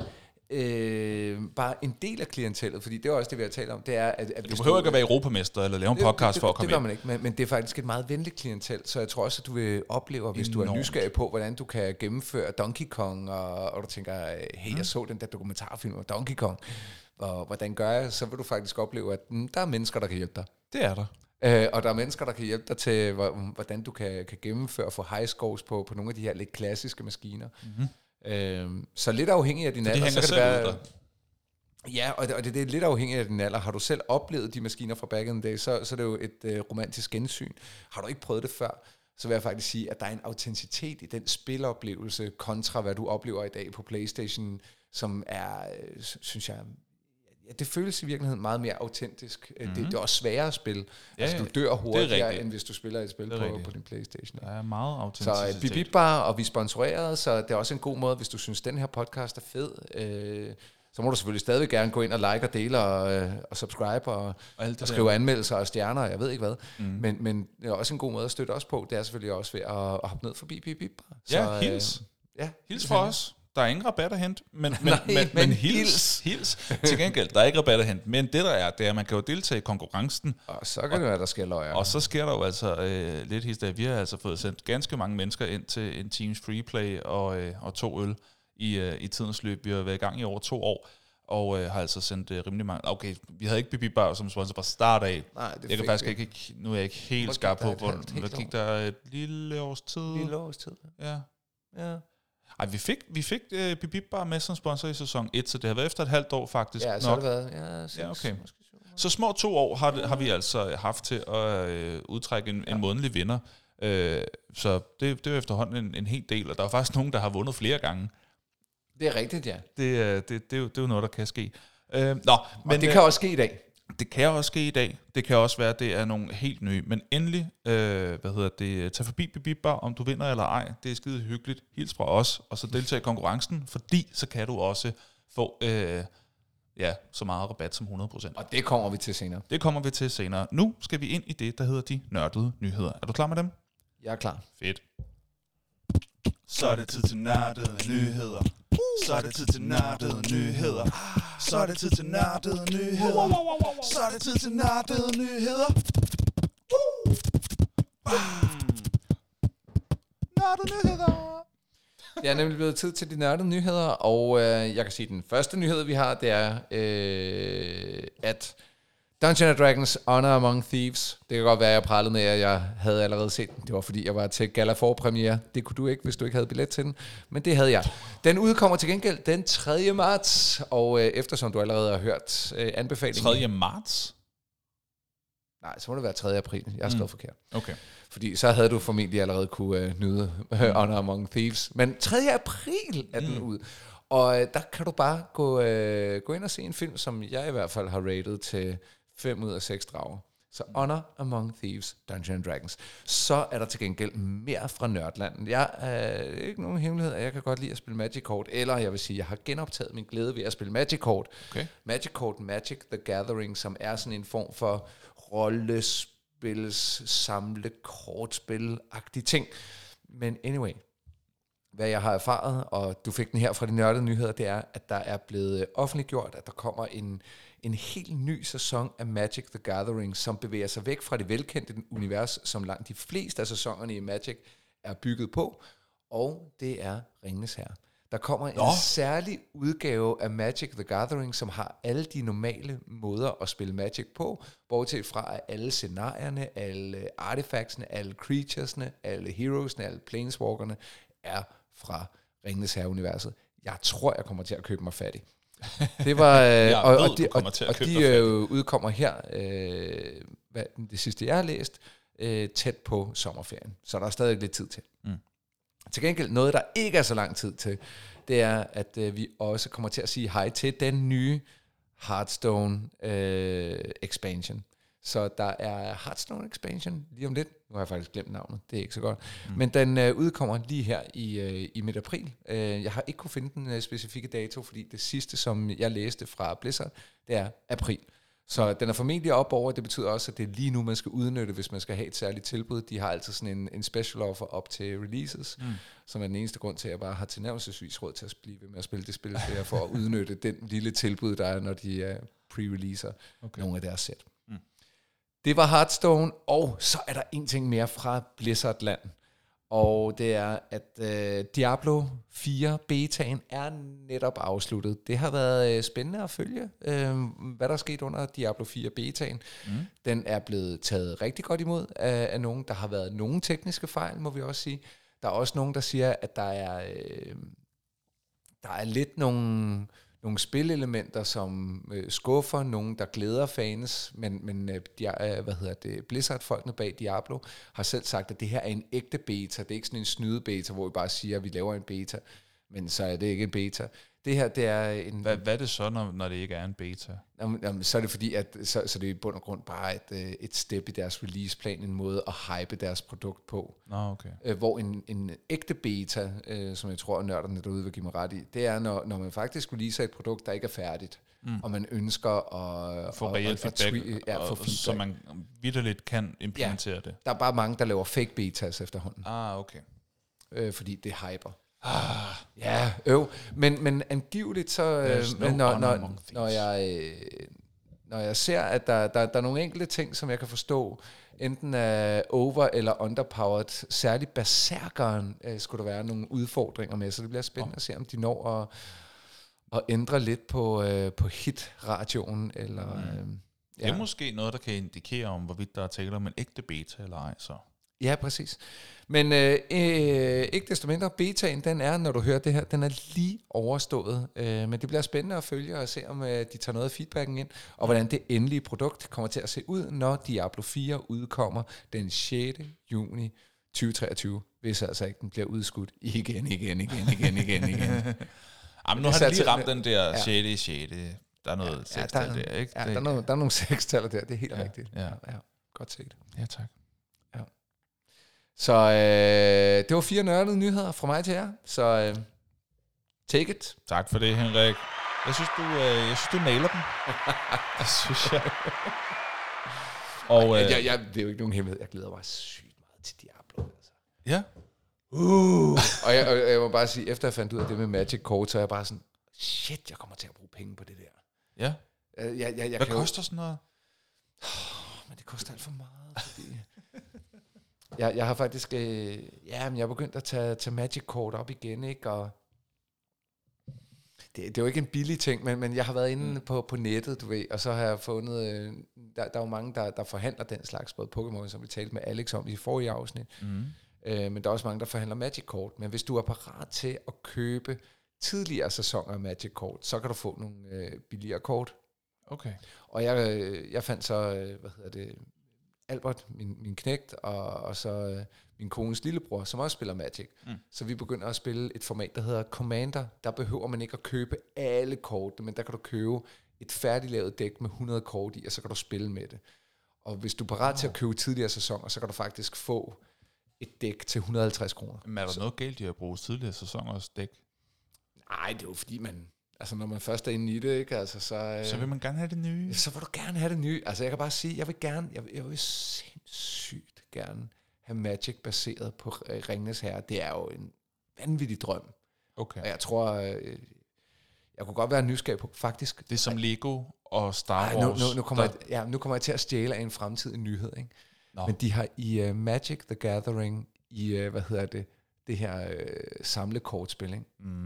Speaker 3: bare en del af klientellet, fordi det er også det, vi har talt om. Det er, at
Speaker 2: du behøver ikke at være europamester eller lave en podcast for at komme
Speaker 3: ind. Det gør man ikke, men det er faktisk et meget venligt klientel, så jeg tror også, at du vil opleve, hvis du er nysgerrig på, hvordan du kan gennemføre Donkey Kong, og du tænker, hey, jeg så den der dokumentarfilm om Donkey Kong, og hvordan gør jeg, så vil du faktisk opleve, at der er mennesker, der kan hjælpe dig.
Speaker 2: Det er der.
Speaker 3: Og der er mennesker, der kan hjælpe dig til, hvordan du kan gennemføre og få high scores på nogle af de her lidt klassiske maskiner. Så lidt afhængig af din alder, så kan det være... Ja, og det er lidt afhængigt af din alder. Har du selv oplevet de maskiner fra back in the day, så er det jo et romantisk gensyn. Har du ikke prøvet det før, så vil jeg faktisk sige, at der er en autenticitet i den spiloplevelse kontra hvad du oplever i dag på PlayStation, som er, synes jeg... Det føles i virkeligheden meget mere autentisk. Det er også sværere at spille. Altså, du dør hurtigere, end hvis du spiller et spil på din PlayStation.
Speaker 2: Der er meget autenticitet.
Speaker 3: Så Bip Bip Bar, og vi er sponsoreret, så det er også en god måde, hvis du synes, den her podcast er fed. Så må du selvfølgelig stadig gerne gå ind og like og dele og subscribe og skrive anmeldelser og stjerner, jeg ved ikke hvad. Men det er også en god måde at støtte os på. Det er selvfølgelig også ved at hoppe ned forbi Bip Bip Bar.
Speaker 2: Så, hils for os. Der er ingen rabat at hente, men hils. Til gengæld, der er ikke rabat at hente. Men det der er, det er, at man kan jo deltage i konkurrencen.
Speaker 3: Og så kan det være, der sker løjer.
Speaker 2: Og så sker der jo altså lidt historie. Vi har altså fået sendt ganske mange mennesker ind til en Teams Freeplay og 2 øl i tidens løb. Vi har været i gang i over 2 år, og har altså sendt rimelig mange. Okay, vi havde ikke Bip Bip Bar som sponsor fra start af. Nej, jeg kan faktisk ikke, nu er jeg ikke helt skarp på, hvor der gik der et lille års tid. Ja. Ej, vi fik Bip Bip Bar med som sponsor i sæson 1, så det har været efter et halvt år faktisk.
Speaker 3: Ja, så har det været. Ja,
Speaker 2: okay. Så små 2 år har vi altså haft til at udtrække en månedlig vinder. Så det er jo efterhånden en hel del, og der er faktisk nogen, der har vundet flere gange.
Speaker 3: Det er rigtigt, ja.
Speaker 2: Det er jo noget, der kan ske.
Speaker 3: Men det kan også ske i dag.
Speaker 2: Det kan også ske i dag. Det kan også være, at det er nogle helt nye. Men endelig, tag forbi Bip Bip Bar, om du vinder eller ej. Det er skide hyggeligt. Hils fra os, og så deltag i konkurrencen, fordi så kan du også få så meget rabat som 100%.
Speaker 3: Og det kommer vi til senere.
Speaker 2: Nu skal vi ind i det, der hedder de nørdede nyheder. Er du klar med dem?
Speaker 3: Jeg er klar.
Speaker 2: Fedt.
Speaker 1: Så er det tid til nørdede nyheder. Så er det tid til nørdede nyheder. Så er det tid til nørdede nyheder. Så er det tid til nørdede nyheder. Nørdede nyheder.
Speaker 3: Det er nemlig blevet tid til de nørdede nyheder, og jeg kan sige, at den første nyhed, vi har, det er, at Dungeons & Dragons Honor Among Thieves. Det kan godt være, at jeg prallede med, at jeg havde allerede set den. Det var fordi, jeg var til Gala forpremiere. Det kunne du ikke, hvis du ikke havde billet til den. Men det havde jeg. Den udkommer til gengæld den 3. marts. Og eftersom du allerede har hørt anbefalingen...
Speaker 2: 3. marts?
Speaker 3: Nej, så må det være 3. april. Jeg har skrevet forkert.
Speaker 2: Okay.
Speaker 3: Fordi så havde du formentlig allerede kunne nyde Honor Among Thieves. Men 3. april er den ud. Og der kan du bare gå ind og se en film, som jeg i hvert fald har rated til 5 ud af 6 drager. Så Honor Among Thieves, Dungeons & Dragons. Så er der til gengæld mere fra Nørdland. Jeg er ikke nogen hemmelighed, at jeg kan godt lide at spille Magic-kort, eller jeg vil sige, at jeg har genoptaget min glæde ved at spille Magic-kort.
Speaker 2: Okay.
Speaker 3: Magic-kort, Magic the Gathering, som er sådan en form for rollespils, samle kortspil-agtig ting. Men anyway, hvad jeg har erfaret, og du fik den her fra de nørdede nyheder, det er, at der er blevet offentliggjort, at der kommer en helt ny sæson af Magic the Gathering, som bevæger sig væk fra det velkendte univers, som langt de fleste af sæsonerne i Magic er bygget på, og det er Ringenes Herre. Der kommer en særlig udgave af Magic the Gathering, som har alle de normale måder at spille Magic på, bortset fra at alle scenarierne, alle artefactsene, alle creaturesne, alle heroesne, alle planeswalkerne er fra Ringenes Herre-universet. Jeg tror, jeg kommer til at købe mig fattig. Det var de udkommer her, det sidste jeg har læst, tæt på sommerferien. Så der er stadig lidt tid til. Til gengæld noget, der ikke er så lang tid til, det er, at vi også kommer til at sige hej til den nye Hearthstone expansion. Så der er Hearthstone expansion lige om lidt. Nu har jeg faktisk glemt navnet, det er ikke så godt. Men den udkommer lige her i midt april. Jeg har ikke kunne finde den specifikke dato, fordi det sidste, som jeg læste fra Blizzard, det er april. Så den er formentlig op over, det betyder også, at det er lige nu, man skal udnytte, hvis man skal have et særligt tilbud. De har altid sådan en special offer op til releases, som er den eneste grund til, at jeg bare har tilnærmelsesvis råd til at blive ved med at spille det spil, for at udnytte den lille tilbud, der er, når de pre-releaser nogle af deres sæt. Det var Hearthstone, og så er der en ting mere fra Blizzardland. Og det er, at Diablo 4 betaen er netop afsluttet. Det har været spændende at følge, hvad der er sket under Diablo 4 betaen. Den er blevet taget rigtig godt imod af nogen. Der har været nogle tekniske fejl, må vi også sige. Der er også nogen, der siger, at der er lidt nogle spillelementer, som skuffer, nogen, der glæder fans, men Blizzard-folkene bag Diablo har selv sagt, at det her er en ægte beta. Det er ikke sådan en snyde-beta, hvor vi bare siger, at vi laver en beta, men så er det ikke en beta. Det her, det er en...
Speaker 2: Hvad er det så, når det ikke er en beta?
Speaker 3: Jamen, så er det fordi, at så det er i bund og grund bare et step i deres releaseplan, en måde at hype deres produkt på.
Speaker 2: Okay.
Speaker 3: Hvor en ægte beta, som jeg tror, nørderne derude vil give mig ret i, det er, når man faktisk releaser et produkt, der ikke er færdigt, og man ønsker at
Speaker 2: få reelt feedback, så man vitterligt kan implementere det.
Speaker 3: Der er bare mange, der laver fake betas efterhånden.
Speaker 2: Okay.
Speaker 3: Fordi det hyper. Men angiveligt så, når jeg ser, at der er nogle enkelte ting, som jeg kan forstå, enten er over- eller underpowered, særligt berserkeren skulle der være nogle udfordringer med, så det bliver spændende at se, om de når at ændre lidt på hit-radioen, eller...
Speaker 2: Det er måske noget, der kan indikere om, hvorvidt der er tale om en ægte beta eller ej, så...
Speaker 3: Ja, præcis. Men ikke desto mindre, betaen, den er, når du hører det her, den er lige overstået. Men det bliver spændende at følge og se, om de tager noget af feedbacken ind, og hvordan det endelige produkt kommer til at se ud, når Diablo 4 udkommer den 6. juni 2023, hvis altså ikke den bliver udskudt igen.
Speaker 2: Jamen, nu har det lige ramt den der 6. Der er noget sekstal der, ikke?
Speaker 3: Ja, der er nogle sekstaller der, det er helt rigtigt. Ja, godt set.
Speaker 2: Ja, tak.
Speaker 3: Så det var 4 nørdede nyheder fra mig til jer, så take it.
Speaker 2: Tak for det, Henrik. Jeg synes, du nailer dem. Det synes jeg.
Speaker 3: Og, det er jo ikke nogen hemmelighed. Jeg glæder mig sygt meget til Diablo. Altså.
Speaker 2: Ja.
Speaker 3: Og jeg må bare sige, efter jeg fandt ud af det med Magic Kort, så er jeg bare sådan, shit, jeg kommer til at bruge penge på det der.
Speaker 2: Ja.
Speaker 3: Hvad
Speaker 2: koster sådan noget?
Speaker 3: Men det koster alt for meget, fordi... Jeg har faktisk, jeg har begyndt at tage Magic Kort op igen, ikke? Og det er jo ikke en billig ting, men jeg har været inde på nettet, du ved, og så har jeg fundet, der er jo mange, der forhandler den slags, både Pokémon, som vi talte med Alex om i forrige afsnit, men der er også mange, der forhandler Magic Kort. Men hvis du er parat til at købe tidligere sæsoner af Magic Kort, så kan du få nogle billigere kort.
Speaker 2: Okay.
Speaker 3: Og jeg fandt så, Albert, min knægt, og så min kones lillebror, som også spiller Magic. Så vi begynder at spille et format, der hedder Commander. Der behøver man ikke at købe alle kort, men der kan du købe et færdiglavet dæk med 100 kort i, og så kan du spille med det. Og hvis du er parat til at købe tidligere sæsoner, så kan du faktisk få et dæk til 150 kroner.
Speaker 2: Men er der noget galt i at bruge tidligere sæsoners dæk?
Speaker 3: Nej, det er jo fordi altså når man først er inde i det, ikke? Altså,
Speaker 2: så vil man gerne have det nye.
Speaker 3: Så vil du gerne have det nye. Altså jeg kan bare sige, jeg vil sindssygt gerne have Magic baseret på Ringenes Herre. Det er jo en vanvittig drøm.
Speaker 2: Okay.
Speaker 3: Og jeg tror, jeg kunne godt være nysgerrig på, faktisk.
Speaker 2: Det er som Lego og Star Wars.
Speaker 3: Nu kommer jeg til at stjæle af en fremtidig nyhed, ikke? Men de har i Magic the Gathering, i, det her samlekortspil, ikke?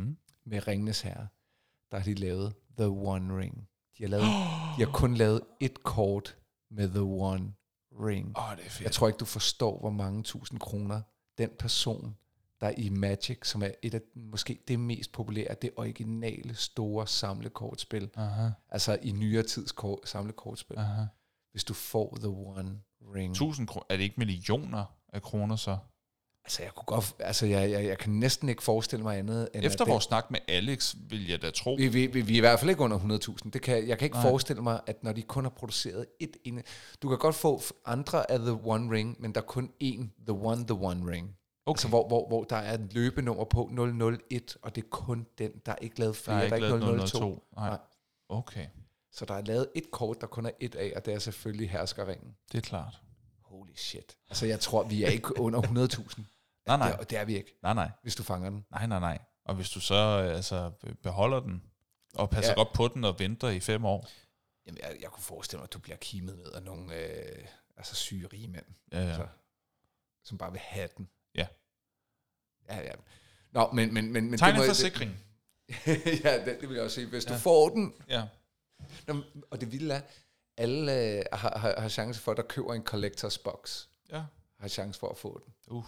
Speaker 3: med Ringenes Herre, der har de lavet The One Ring. De har kun lavet et kort med The One Ring.
Speaker 2: Det er fedt.
Speaker 3: Jeg tror ikke, du forstår, hvor mange 1000 kroner den person, der i Magic, som er et af måske det mest populære, det originale store samlekortspil. Altså i nyere tids samlekortspil. Hvis du får The One Ring.
Speaker 2: 1000 kroner, er det ikke millioner af kroner så?
Speaker 3: Altså jeg kan næsten ikke forestille mig andet end
Speaker 2: efter vores snak med Alex vil jeg da tro.
Speaker 3: Vi er i hvert fald ikke under 100.000. Jeg kan ikke forestille mig, at når de kun har produceret du kan godt få andre af The One Ring, men der er kun én The One Ring. Okay. Altså hvor der er et løbenummer på 001, og det er kun den, der er ikke lavet flere, der er ikke 002.
Speaker 2: Nej. Okay.
Speaker 3: Så der er lavet et kort, der kun er et af, og det er selvfølgelig Herskerringen.
Speaker 2: Det er klart.
Speaker 3: Holy shit. Altså jeg tror, vi er ikke under 100.000.
Speaker 2: Nej.
Speaker 3: Det er vi ikke.
Speaker 2: Nej.
Speaker 3: Hvis du fanger den.
Speaker 2: Nej. Og hvis du så beholder den, og passer godt på den, og venter i 5 år.
Speaker 3: Jamen jeg kunne forestille mig, at du bliver kimet ned af nogle syge rige mænd.
Speaker 2: Ja.
Speaker 3: Altså, som bare vil have den.
Speaker 2: Ja.
Speaker 3: Ja. Nå, men
Speaker 2: tegn en forsikring.
Speaker 3: Ja, det vil jeg også sige. Hvis du får den.
Speaker 2: Ja.
Speaker 3: Nå, og det vilde er, alle har chance for, at der køber en collectors box.
Speaker 2: Ja.
Speaker 3: Har chance for at få den.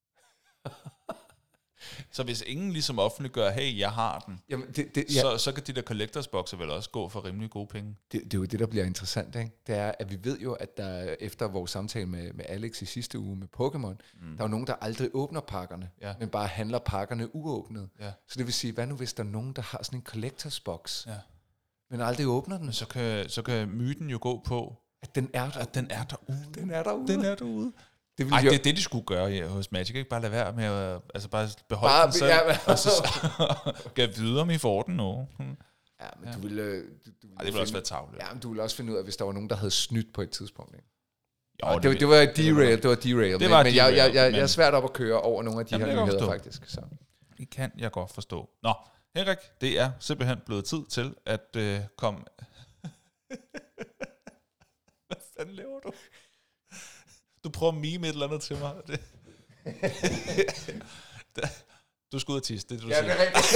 Speaker 2: Så hvis ingen ligesom offentliggør, hey, jeg har den,
Speaker 3: jamen
Speaker 2: så kan de der collectors boxer vel også gå for rimelig gode penge.
Speaker 3: Det er jo det, der bliver interessant, ikke? Det er, at vi ved jo, at der efter vores samtale med Alex i sidste uge med Pokémon, der er jo nogen, der aldrig åbner pakkerne, men bare handler pakkerne uåbnet. Ja. Så det vil sige, hvad nu hvis der er nogen, der har sådan en collectors box, men aldrig åbner den?
Speaker 2: Så kan myten jo gå på,
Speaker 3: at den er der.
Speaker 2: At den er derude.
Speaker 3: Den er derude.
Speaker 2: Den er derude. Det er det, de skulle gøre hos Magic, ikke? Bare lade være med at bare beholde den selv, og så gav videre, om I får den nu.
Speaker 3: Ja, men du ville...
Speaker 2: det ville også være tarveligt.
Speaker 3: Ja, men du ville også finde ud af, hvis der var nogen, der havde snydt på et tidspunkt, ikke?
Speaker 2: Jo,
Speaker 3: det var derail. Det var derail. Jeg er svært op at køre over nogle af de her nyheder, faktisk. Så.
Speaker 2: Det kan jeg godt forstå. Nå, Henrik, det er simpelthen blevet tid til at komme... Hvad fanden laver du? Du prøver at mime et eller andet til mig. Du skal ud og tisse, det er det, du siger.
Speaker 3: Det er rigtigt.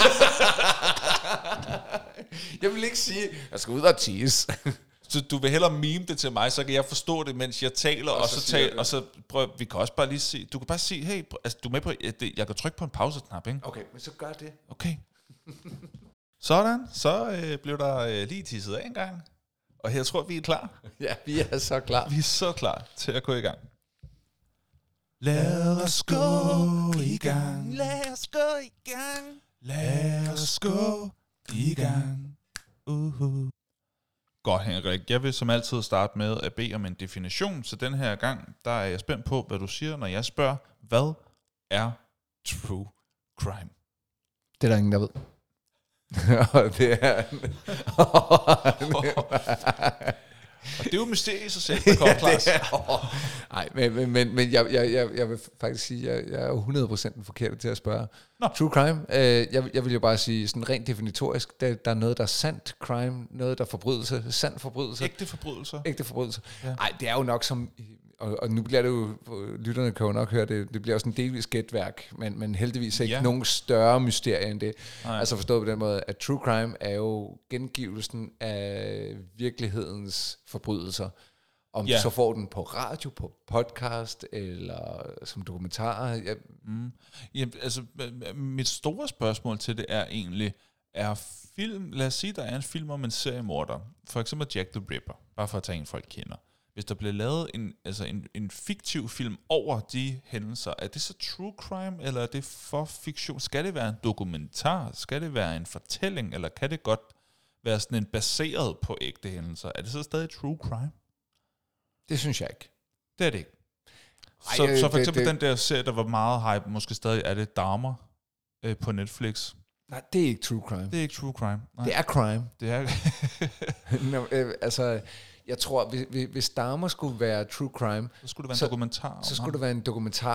Speaker 3: Jeg vil ikke sige, jeg skal ud og tisse.
Speaker 2: Så du vil hellere mime det til mig, så kan jeg forstå det, mens jeg taler, og så prøv, vi kan også bare lige sige, du kan bare sige, hey, altså, du er med på, jeg kan trykke på en pauseknap, ikke?
Speaker 3: Okay, men så gør det.
Speaker 2: Okay. Sådan, så blev der lige tisset af en gang. Og jeg tror, vi er klar.
Speaker 3: Ja, vi er så klar.
Speaker 2: Vi er så klar til at gå i gang.
Speaker 1: Lad os gå i gang.
Speaker 2: Lad os gå i gang.
Speaker 1: Lad os gå i gang.
Speaker 2: Godt, Henrik. Jeg vil som altid starte med at bede om en definition. Så den her gang, der er jeg spændt på, hvad du siger, når jeg spørger, hvad er true crime?
Speaker 3: Det er der ingen, der ved. Og det er...
Speaker 2: Og det er jo mysteriet i sig selv, der kommer klart.
Speaker 3: Nej, men jeg vil faktisk sige, at jeg er 100% den forkerte til at spørge.
Speaker 2: Nå.
Speaker 3: True crime, jeg vil jo bare sige, sådan rent definitorisk, der er noget, der er sandt crime, noget, der er forbrydelse, sand forbrydelse.
Speaker 2: Ægte forbrydelser.
Speaker 3: Ægte forbrydelser. Nej, det er jo nok som... Og nu bliver det jo, lytterne kan jo nok høre det, det bliver jo sådan delvis gætværk, men heldigvis ikke nogen større mysterie end det. Nej. Altså forstået på den måde, at true crime er jo gengivelsen af virkelighedens forbrydelser. Om så får den på radio, på podcast eller som dokumentar.
Speaker 2: Altså, mit store spørgsmål til det er egentlig, er film, lad os sige, der er en film om en seriemorder, for eksempel Jack the Ripper, bare for at tage en folk kender. Hvis der bliver lavet en fiktiv film over de hændelser, er det så true crime, eller er det for fiktion? Skal det være en dokumentar? Skal det være en fortælling? Eller kan det godt være sådan en baseret på ægte hændelser? Er det så stadig true crime?
Speaker 3: Det synes jeg ikke.
Speaker 2: Det er det ikke. Så for eksempel den der serie, der var meget hype, måske stadig er det Dahmer på Netflix.
Speaker 3: Nej, det er ikke true crime.
Speaker 2: Det er ikke true crime. Nej.
Speaker 3: Det er crime.
Speaker 2: Det er
Speaker 3: altså... Jeg tror, hvis Dahmer skulle være true crime,
Speaker 2: så skulle det være en dokumentar.
Speaker 3: Så skulle det være en dokumentar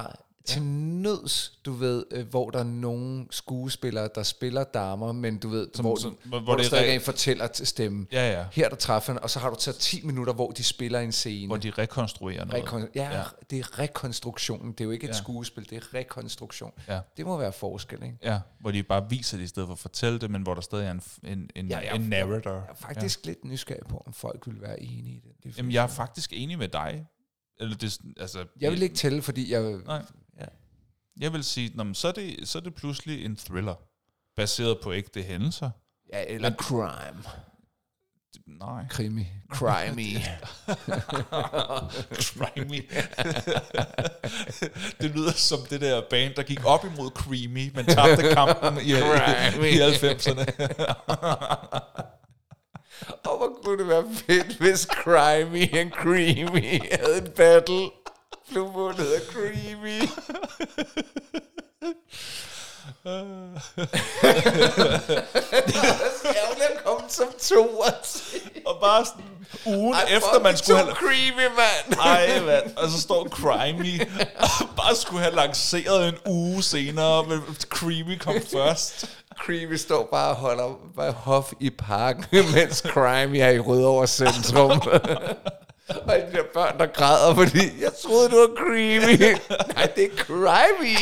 Speaker 3: til nøds, du ved, hvor der er nogle skuespillere, der spiller damer, men du ved, hvor det stadig fortæller til stemme.
Speaker 2: Ja.
Speaker 3: Her der træffer, og så har du taget 10 minutter, hvor de spiller en scene.
Speaker 2: Hvor de rekonstruerer noget.
Speaker 3: Det er rekonstruktionen. Det er jo ikke et skuespil, det er rekonstruktion.
Speaker 2: Ja.
Speaker 3: Det må være forskel, ikke?
Speaker 2: Ja, hvor de bare viser det i stedet for at fortælle det, men hvor der stadig er en narrator.
Speaker 3: Jeg er faktisk lidt nysgerrig på, om folk vil være enige i det.
Speaker 2: Jamen, jeg er faktisk enig med dig. Eller det, altså,
Speaker 3: jeg vil ikke tælle, fordi jeg...
Speaker 2: Nej. Ja. Jeg vil sige, så er det pludselig en thriller, baseret på ægte hændelser.
Speaker 3: Ja, eller crime.
Speaker 2: Nej.
Speaker 3: Krimi. Crimey.
Speaker 2: Crimey. Det lyder som det der band, der gik op imod Creamy, men tabte kampen i 90'erne.
Speaker 3: Og hvor kunne det være fedt, hvis Crimey and Creamy havde en battle. Blev vundet af Creamy. Det var også ærgerligt at komme som toer.
Speaker 2: Og bare sådan ugen efter man skulle have...
Speaker 3: Creamy, mand.
Speaker 2: Ej, mand. Og så står Crimey og bare skulle have lanceret en uge senere, men Creamy kom først.
Speaker 3: Creamy står bare og holder bare hof i parken, mens Crimey er i Rødovre Centrum. Og de der børn, der græder, fordi jeg troede, du var Creamy. Nej, det er Crimey.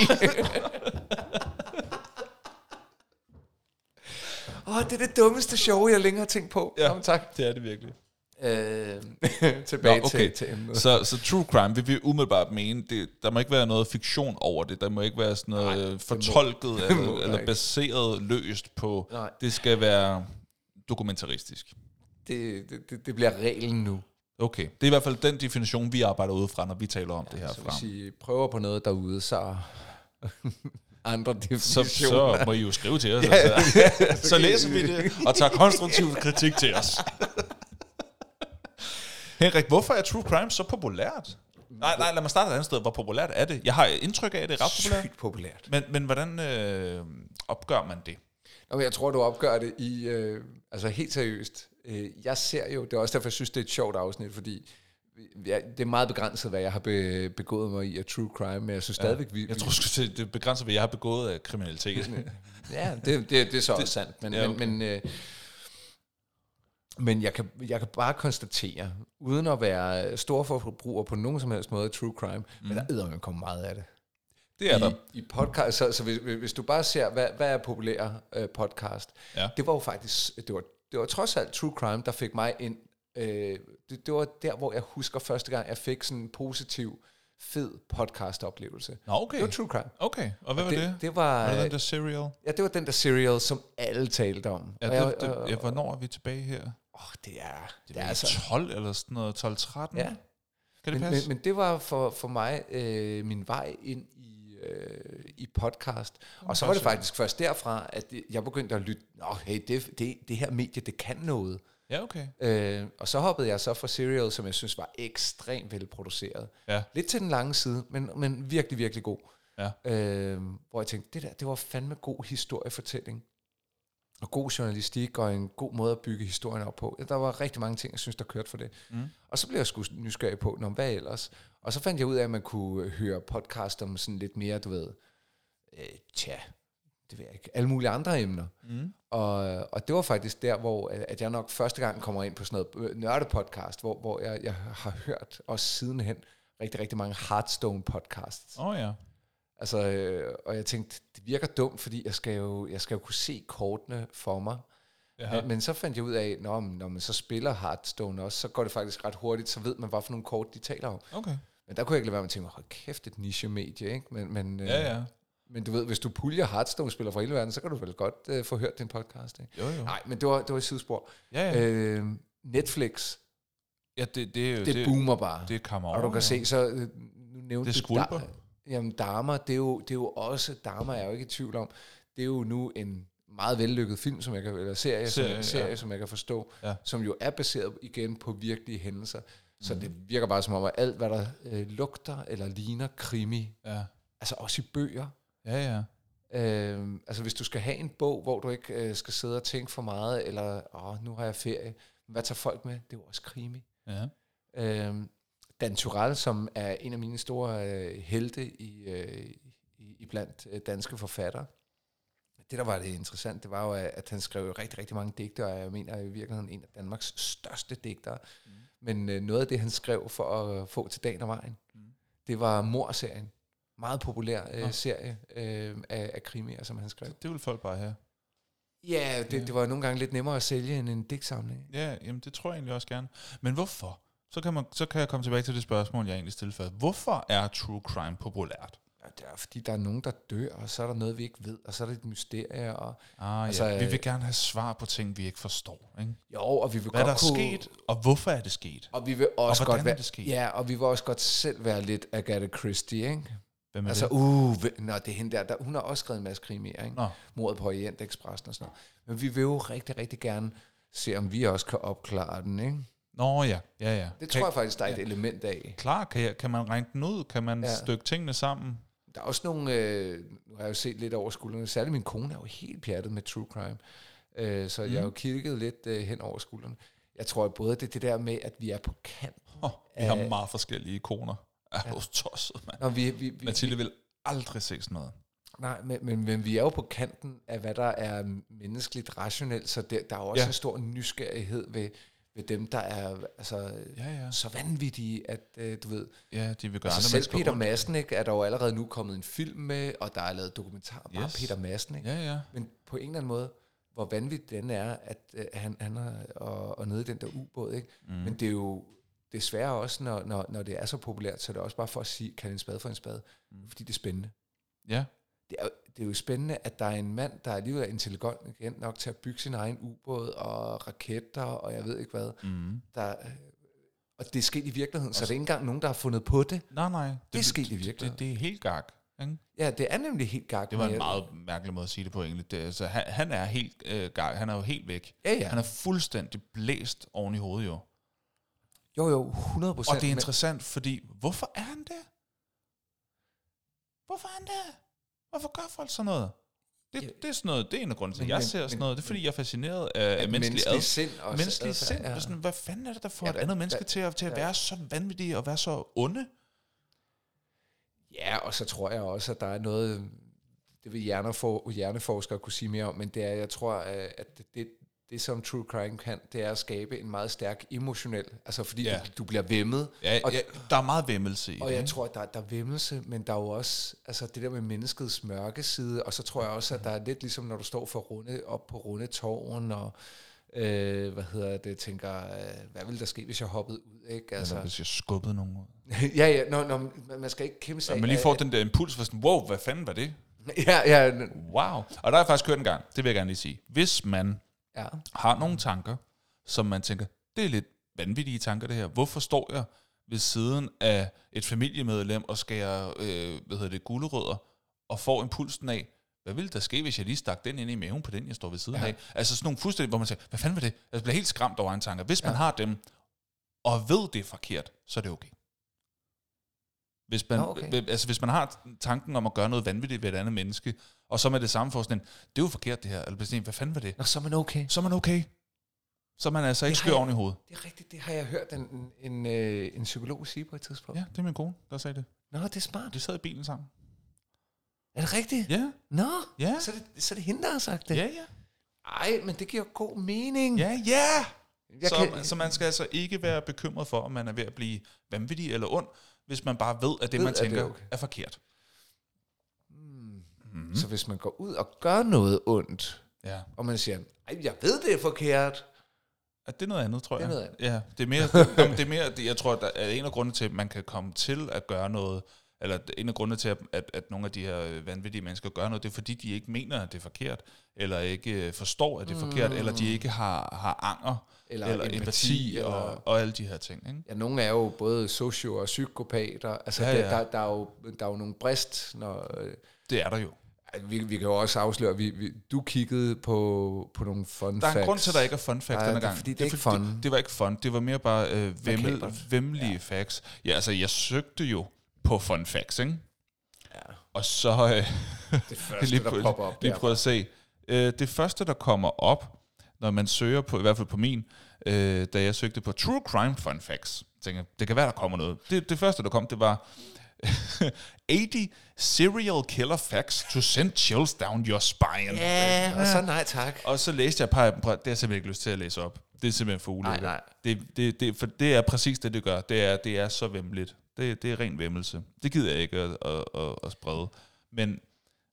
Speaker 3: Det er det dummeste show, jeg længere har tænkt på.
Speaker 2: Ja,
Speaker 3: kom, tak.
Speaker 2: Det er det virkelig.
Speaker 3: Tilbage til emnet.
Speaker 2: Så true crime, vil vi umiddelbart mene, der må ikke være noget fiktion over det. Der må ikke være sådan noget fortolket eller baseret løst på. Nej. Det skal være dokumentaristisk.
Speaker 3: Det bliver reglen nu.
Speaker 2: Okay, det er i hvert fald den definition, vi arbejder ud fra, når vi taler om det her.
Speaker 3: Så hvis I prøver på noget derude, så... andre
Speaker 2: definitioner. Så må I jo skrive til os. Altså. Så læser vi det og tager konstruktiv kritik til os. Henrik, hvorfor er true crime så populært? Nej, lad mig starte et andet sted. Hvor populært er det? Jeg har indtryk af, at det er ret populært.
Speaker 3: Sygt populært.
Speaker 2: Men hvordan opgør man det?
Speaker 3: Jeg tror, du opgør det i... altså helt seriøst. Jeg ser jo... Det er også derfor, jeg synes, det er et sjovt afsnit, fordi... det er meget begrænset, hvad jeg har begået mig i af true crime, men jeg synes stadigvæk...
Speaker 2: Jeg tror sgu, det er begrænset, hvad jeg har begået af kriminalitet.
Speaker 3: Ja, det er så også sandt. Men jeg kan bare konstatere, uden at være stor forbruger på nogen som helst måde af true crime, men der eddermame kommer meget af det.
Speaker 2: Det er der.
Speaker 3: I podcast, så hvis du bare ser, hvad er populær podcast, det var jo faktisk... Det var trods alt true crime, der fik mig ind. Det var der, hvor jeg husker første gang, jeg fik sådan en positiv, fed podcast-oplevelse.
Speaker 2: Okay.
Speaker 3: Det var true crime.
Speaker 2: Okay, og hvad var det?
Speaker 3: Det var
Speaker 2: den der Serial?
Speaker 3: Ja, det var den der Serial, som alle talte om.
Speaker 2: Ja, hvornår er vi tilbage her?
Speaker 3: Det er
Speaker 2: altså 12 eller sådan noget, 12-13?
Speaker 3: Ja.
Speaker 2: Kan det passe?
Speaker 3: Men det var for mig min vej ind i podcast. Og så var det faktisk først derfra, at jeg begyndte at lytte, det her medie, det kan noget.
Speaker 2: Ja, okay.
Speaker 3: Og så hoppede jeg så fra Serial, som jeg synes var ekstremt velproduceret.
Speaker 2: Ja.
Speaker 3: Lidt til den lange side, men virkelig, virkelig god.
Speaker 2: Ja.
Speaker 3: Hvor jeg tænkte, det var fandme god historiefortælling. Og god journalistik, og en god måde at bygge historien op på. Der var rigtig mange ting, jeg synes, der kørte for det. Og så blev jeg sgu nysgerrig på, hvad ellers? Og så fandt jeg ud af, at man kunne høre podcast om sådan lidt mere, du ved, det ved jeg ikke, alle mulige andre emner. Og det var faktisk der, hvor at jeg nok første gang kommer ind på sådan noget nørdepodcast, hvor jeg har hørt også sidenhen rigtig, rigtig mange Hearthstone podcasts.
Speaker 2: Ja.
Speaker 3: Altså, og jeg tænkte, det virker dumt, fordi jeg skal jo kunne se kortene for mig. Men så fandt jeg ud af, når man så spiller Hearthstone også, så går det faktisk ret hurtigt, så ved man, hvad for nogle kort de taler om.
Speaker 2: Okay.
Speaker 3: Men der kunne jeg ikke lade være med at tænke, hold kæft, et niche-medie, ikke?
Speaker 2: Ja.
Speaker 3: Men du ved, hvis du puljer Hearthstone-spiller fra hele verden, så kan du vel godt få hørt din podcast, ikke?
Speaker 2: Jo.
Speaker 3: Nej, men det var et sidespor.
Speaker 2: Ja.
Speaker 3: Netflix.
Speaker 2: Ja,
Speaker 3: det boomer bare.
Speaker 2: Det kommer over.
Speaker 3: Og du kan se, så nu nævnte
Speaker 2: det skvulper.
Speaker 3: Jamen, Dahmer, det er jo også, Dahmer er jeg jo ikke i tvivl om, det er jo nu en meget vellykket film, serie, som jeg kan forstå, som jo er baseret igen på virkelige hændelser. Så det virker bare som om, at alt, hvad der lugter eller ligner krimi, altså også i bøger.
Speaker 2: Ja.
Speaker 3: Altså hvis du skal have en bog, hvor du ikke skal sidde og tænke for meget, eller nu har jeg ferie, hvad tager folk med? Det er jo også krimi.
Speaker 2: Ja.
Speaker 3: Dan Turèll, som er en af mine store helte i blandt danske forfattere. Det, der var det interessant, det var jo, at han skrev rigtig, rigtig mange digte, og jeg mener i virkeligheden en af Danmarks største digtere. Men noget af det, han skrev for at få til dagen og vejen, det var Mord-serien. Meget populær serie af krimier, som han skrev.
Speaker 2: Det vil folk bare have.
Speaker 3: Ja, det var nogle gange lidt nemmere at sælge end en digtsamling.
Speaker 2: Ja, jamen det tror jeg egentlig også gerne. Men hvorfor? Så kan jeg komme tilbage til det spørgsmål, jeg egentlig stillede før. Hvorfor er true crime populært?
Speaker 3: Ja, det er fordi, der er nogen, der dør, og så er der noget, vi ikke ved, og så er det et mysterie. Og,
Speaker 2: vi vil gerne have svar på ting, vi ikke forstår. Ikke?
Speaker 3: Jo, og vi vil
Speaker 2: hvad
Speaker 3: godt
Speaker 2: der er sket, og hvorfor er det sket?
Speaker 3: Og vi vil også
Speaker 2: og
Speaker 3: godt være,
Speaker 2: det sket?
Speaker 3: Ja, og vi vil også godt selv være lidt Agatha Christie, ikke?
Speaker 2: Hvem er
Speaker 3: altså,
Speaker 2: det?
Speaker 3: Det er hende der. Hun har også skrevet en masse krimier, ikke? Mordet på Orientekspressen og sådan noget. Men vi vil jo rigtig, rigtig gerne se, om vi også kan opklare den, ikke?
Speaker 2: Nå ja.
Speaker 3: Det tror jeg faktisk, der er et element af.
Speaker 2: Klar, kan man regne den ud? Kan man stykke tingene sammen?
Speaker 3: Der er også nogle, nu har jeg jo set lidt over skuldrene, særligt min kone er jo helt pjattet med true crime, så jeg har jo kigget lidt hen over skuldrene. Jeg tror både det der med, at vi er på kanten.
Speaker 2: Vi har meget forskellige ikoner. Er du tosset, mand? Mathilde vil aldrig se sådan noget.
Speaker 3: Nej, men vi er jo på kanten af, hvad der er menneskeligt rationelt, så der er også en stor nysgerrighed ved dem, der er så vanvittige, at du ved...
Speaker 2: Ja, de vil gøre
Speaker 3: altså selv Peter Madsen, ikke, er der jo allerede nu kommet en film med, og der er lavet dokumentar bare Peter Madsen, ikke?
Speaker 2: Ja.
Speaker 3: Men på en eller anden måde, hvor vanvittigt den er, at han er og nede i den der ubåd, ikke? Men det er jo desværre også, når det er så populært, så er det også bare for at sige, kan en spade for en spade, fordi det er spændende.
Speaker 2: Ja.
Speaker 3: Det er jo spændende, at der er en mand, der alligevel er intelligent nok til at bygge sin egen ubåd og raketter, og jeg ved ikke hvad. Og det er sket i virkeligheden, så det er ikke engang nogen, der har fundet på det.
Speaker 2: Nej.
Speaker 3: Det er sket i virkeligheden.
Speaker 2: Det er helt gak. Ikke?
Speaker 3: Ja, det er nemlig helt gak.
Speaker 2: Det var en meget mærkelig måde at sige det på engelsk. Altså, han er helt gak. Han er jo helt væk.
Speaker 3: Ja. Han
Speaker 2: er fuldstændig blæst oven i hovedet, jo.
Speaker 3: Jo, 100%.
Speaker 2: Og det er interessant, fordi hvorfor er han det? Hvorfor er han det? Hvorfor gør folk sådan noget? Det er sådan noget, det er en af grunden til, at jeg ser sådan noget. Det er fordi, jeg er fascineret af menneskelig sind. Menneskelig sind. Ja. Sådan, hvad fanden er det, der får et andet menneske til at være så vanvittige og være så onde?
Speaker 3: Ja, og så tror jeg også, at der er noget, det vil hjerneforskere kunne sige mere om, men det er, jeg tror, at det som true crime kan, det er at skabe en meget stærk emotionel, altså fordi du bliver væmmet.
Speaker 2: Ja, der er meget væmmelse i det.
Speaker 3: Og jeg tror, at der er væmmelse, men der er jo også altså det der med menneskets mørke side, og så tror jeg også, at der er lidt ligesom, når du står op på Rundetårn, og tænker, hvad ville der ske, hvis jeg hoppede ud, ikke? Altså,
Speaker 2: eller hvis jeg skubbede nogen ud.
Speaker 3: ja, man skal ikke kæmpe sig af.
Speaker 2: Man lige får den der impuls for sådan, wow, hvad fanden var det?
Speaker 3: Ja.
Speaker 2: Wow. Og der har jeg faktisk hørt en gang, det vil jeg gerne lige sige. Hvis man har nogle tanker, som man tænker, det er lidt vanvittige tanker det her. Hvorfor står jeg ved siden af et familiemedlem og skærer gulerødder og får impulsen af, hvad ville der ske, hvis jeg lige stak den ind i maven på den, jeg står ved siden af? Altså sådan nogle fuldstændig, hvor man siger, hvad fanden var det? Jeg bliver helt skræmt over en tanke. Hvis man har dem, og ved det er forkert, så er det okay. Hvis man har tanken om at gøre noget vanvittigt ved et andet menneske, og så med det samme forskning, det er jo forkert det her, eller sådan, hvad fanden var det?
Speaker 3: Nå, så er man okay.
Speaker 2: Så er man okay. Så er man altså ikke skør oven i hovedet.
Speaker 3: Det er rigtigt, det har jeg hørt en psykolog sige på et tidspunkt.
Speaker 2: Ja, det er min kone, der sagde det.
Speaker 3: Nå, det er smart.
Speaker 2: Vi sad i bilen sammen.
Speaker 3: Er det rigtigt?
Speaker 2: Ja.
Speaker 3: Nå, så er det hende, der har sagt det?
Speaker 2: Ja.
Speaker 3: Ej, men det giver god mening.
Speaker 2: Ja. Så man skal altså ikke være bekymret for, om man er ved at blive vanvittig eller ond, hvis man bare ved, at det, man tænker, er forkert.
Speaker 3: Så hvis man går ud og gør noget ondt, og man siger, jeg ved, det er forkert.
Speaker 2: Det er noget andet, tror jeg.
Speaker 3: Det er noget andet.
Speaker 2: Ja, det er mere, jeg tror, at der er en af grundene til, at man kan komme til at gøre noget, eller en af grundene til, at nogle af de her vanvittige mennesker gør noget, det er fordi, de ikke mener, at det er forkert, eller ikke forstår, at det er forkert, eller de ikke har anger, eller empati og alle de her ting. Ikke?
Speaker 3: Ja, nogle er jo både socio- og psykopater. Altså, der er jo nogle brist, når...
Speaker 2: Det er der jo.
Speaker 3: Vi kan jo også afsløre, du kiggede på nogle fun facts.
Speaker 2: Der er en grund til, at der ikke er fun facts denne gang.
Speaker 3: Fordi det er ikke fun.
Speaker 2: Det var ikke fun. Det var mere bare vemmelige facts. Ja, altså, jeg søgte jo på fun facts, ikke?
Speaker 3: Ja.
Speaker 2: Og så...
Speaker 3: det første, der popper op.
Speaker 2: Lige prøv at se. Det første, der kommer op, når man søger på, i hvert fald på min, da jeg søgte på True Crime Fun Facts, tænker, det kan være, der kommer noget. Det første, der kom, det var 80 serial killer facts to send chills down your spine.
Speaker 3: Ja, og så nej tak.
Speaker 2: Og så læste jeg det har jeg simpelthen ikke lyst til at læse op. Det er simpelthen for ulækkert.
Speaker 3: Nej.
Speaker 2: For det er præcis det gør. Det er så væmmeligt. Det er ren væmmelse. Det gider jeg ikke at sprede. Men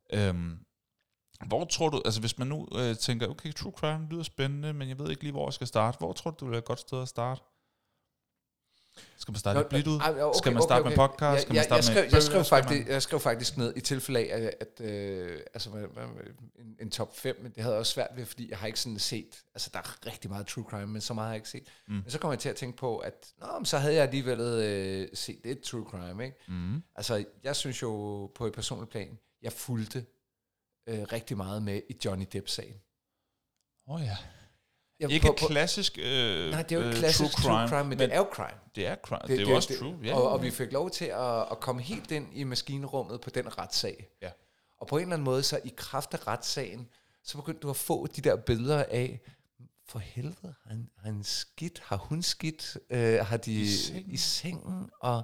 Speaker 2: hvor tror du, altså hvis man nu tænker, okay, true crime lyder spændende, men jeg ved ikke lige, hvor jeg skal starte. Hvor tror du, det er et godt sted at starte? Skal man starte blidt ud? Skal man starte med podcast? Skal man starte
Speaker 3: jeg skrev faktisk ned i tilfælde af, at altså en top 5, men det havde jeg også svært ved, fordi jeg har ikke sådan set, altså der er rigtig meget true crime, men så meget har jeg ikke set. Men så kom jeg til at tænke på, at så havde jeg alligevel set et true crime, ikke? Altså jeg synes jo på et personligt plan, jeg fulgte rigtig meget med i Johnny Depp-sagen.
Speaker 2: Ja. Ikke klassisk
Speaker 3: nej, det er jo ikke klassisk true crime, men det er jo crime.
Speaker 2: Det er crime. Det er jo også true.
Speaker 3: Yeah. Og vi fik lov til at komme helt ind i maskinrummet på den retssag.
Speaker 2: Ja.
Speaker 3: Og på en eller anden måde, så i kraft af retssagen, så begyndte du at få de der billeder af, for helvede, har han skidt? Har hun skidt? Har de i sengen? Og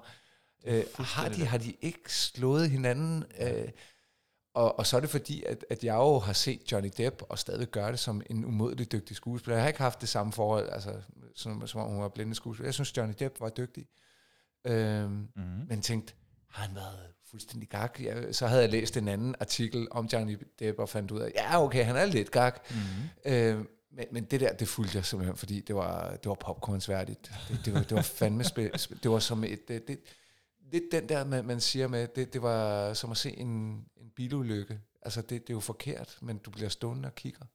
Speaker 3: har de ikke slået hinanden? Og så er det fordi, at jeg jo har set Johnny Depp, og stadig gør det som en umådelig dygtig skuespiller. Jeg har ikke haft det samme forhold, altså, som om hun var blinde skuespiller. Jeg synes, Johnny Depp var dygtig. Men tænkte, har han været fuldstændig gak? Så havde jeg læst en anden artikel om Johnny Depp, og fandt ud af, ja okay, han er lidt gak. Men det der, det fulgte jeg simpelthen, fordi det var popcornsværdigt. Det var fandme det var som et... lidt den der, man siger med, det var som at se en bilulykke. Altså, det er jo forkert, men du bliver stående og kigger.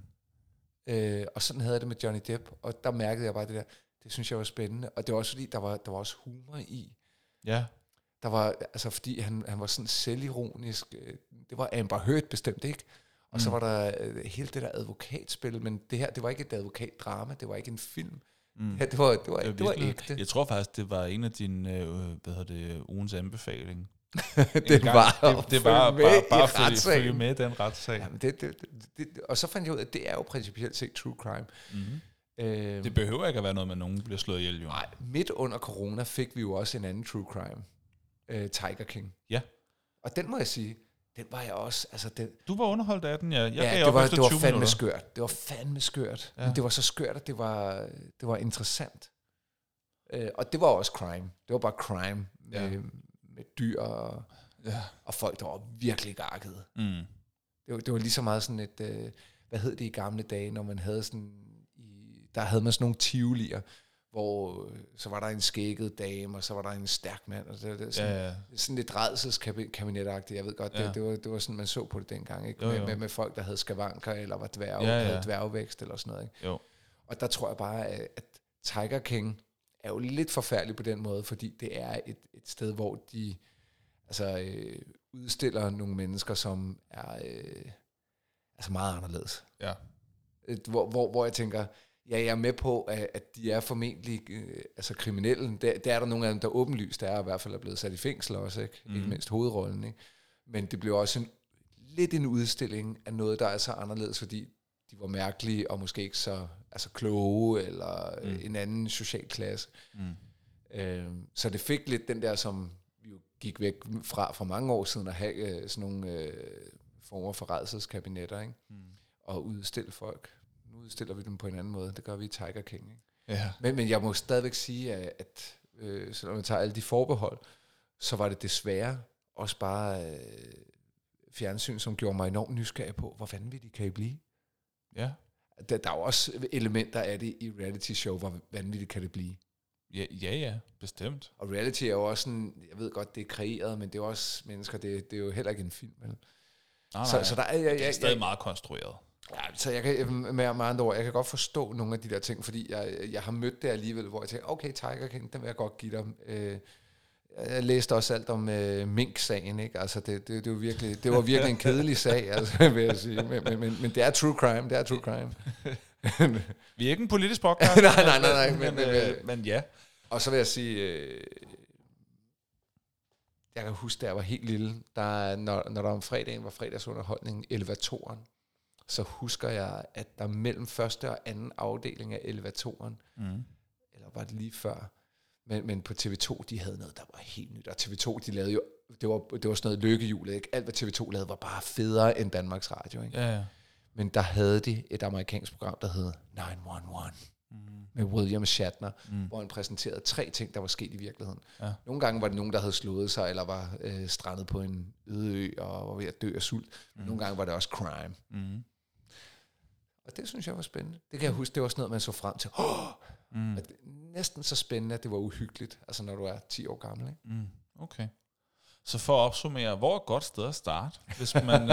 Speaker 3: Og sådan havde jeg det med Johnny Depp, og der mærkede jeg bare det der, det synes jeg var spændende. Og det var også fordi, der var også humor i.
Speaker 2: Ja.
Speaker 3: Der var, altså fordi han var sådan selvironisk. Det var Amber Heard bestemt, ikke? Og så var der hele det der advokatspil, men det her, det var ikke et advokatdrama, det var ikke en film. Ja, det var ægte.
Speaker 2: Jeg tror faktisk, det var en af dine, ugens anbefaling.
Speaker 3: det var
Speaker 2: bare følge med den retssag.
Speaker 3: Ja, og så fandt jeg ud af, at det er jo principielt set true crime.
Speaker 2: Det behøver ikke at være noget, med nogen bliver slået ihjel.
Speaker 3: Nej, midt under corona fik vi jo også en anden true crime. Tiger King.
Speaker 2: Ja.
Speaker 3: Og den må jeg sige, den var jeg også... Altså
Speaker 2: du var underholdt af den, ja.
Speaker 3: Det var fandme skørt. Det var fandme skørt. Ja. Men det var så skørt, at det var interessant. Og det var også crime. Det var bare crime med dyr og folk, der var virkelig gakkede. Det var lige så meget sådan et... hvad hed det i gamle dage, når man havde sådan... Der havde man sådan nogle tivolier, hvor så var der en skægget dame, og så var der en stærk mand, og det sådan lidt rædselskabinetagtigt. Jeg ved godt, det var sådan, man så på det dengang, ikke? Jo. Med folk, der havde skavanker, eller var dværge, havde dværgvækst, eller sådan noget, ikke?
Speaker 2: Jo.
Speaker 3: Og der tror jeg bare, at Tiger King er jo lidt forfærdelig på den måde, fordi det er et sted, hvor de udstiller nogle mennesker, som er meget anderledes.
Speaker 2: Ja.
Speaker 3: Hvor jeg tænker... Ja, jeg er med på, at de er formentlig kriminelle. Det er der nogle af dem, der åbenlyst er, i hvert fald er blevet sat i fængsel også, ikke? Ikke mindst hovedrollen, ikke? Men det blev også lidt en udstilling af noget, der er så anderledes, fordi de var mærkelige, og måske ikke så kloge, eller en anden social klasse. Så det fik lidt den der, som vi jo gik væk fra mange år siden, at have sådan nogle former for rædselskabinetter, ikke? Og udstille folk. Nu udstiller vi dem på en anden måde. Det gør vi i Tiger King, ikke? Ja. Men jeg må stadigvæk sige, at selvom man tager alle de forbehold, så var det desværre også bare fjernsyn, som gjorde mig enormt nysgerrig på, hvor vanvittigt kan I blive?
Speaker 2: Ja.
Speaker 3: Der er jo også elementer af det i reality show, hvor vanvittigt kan det blive.
Speaker 2: Ja, bestemt.
Speaker 3: Og reality er jo også sådan, jeg ved godt, det er kreeret, men det er også mennesker, det er jo heller ikke en film. Vel?
Speaker 2: Nej. Så der det er stadig meget konstrueret.
Speaker 3: Ja, så jeg kan med andre ord, jeg kan godt forstå nogle af de der ting, fordi jeg har mødt det alligevel, hvor jeg tænker, okay, Tiger King, den vil jeg godt give dig. Jeg læste også alt om Mink-sagen, ikke? Altså det var virkelig en kedelig sag, altså, vil jeg sige. Men det er true crime, det er true crime.
Speaker 2: Vi er ikke en politisk podcast.
Speaker 3: nej,
Speaker 2: men ja.
Speaker 3: Og så vil jeg sige, jeg kan huske, da jeg var helt lille, når der om fredagen var fredagsunderholdning, Elevatoren, så husker jeg, at der mellem første og anden afdeling af Elevatoren, eller var det lige før, Men på TV2, de havde noget, der var helt nyt. Og TV2, de lavede jo, det var sådan noget lykkehjulet, ikke? Alt, hvad TV2 lavede, var bare federe end Danmarks Radio, ikke?
Speaker 2: Ja.
Speaker 3: Men der havde de et amerikansk program, der hed 911. Med William Shatner, hvor han præsenterede 3 ting, der var sket i virkeligheden. Ja. Nogle gange var det nogen, der havde slået sig, eller var strandet på en øde ø, og var ved at dø af sult. Nogle gange var det også crime. Og det synes jeg var spændende. Det kan jeg huske, det var sådan noget, man så frem til. At næsten så spændende, at det var uhyggeligt, altså når du er 10 år gammel. Ikke?
Speaker 2: Okay. Så for at opsummere, hvor er et godt sted at starte, hvis man...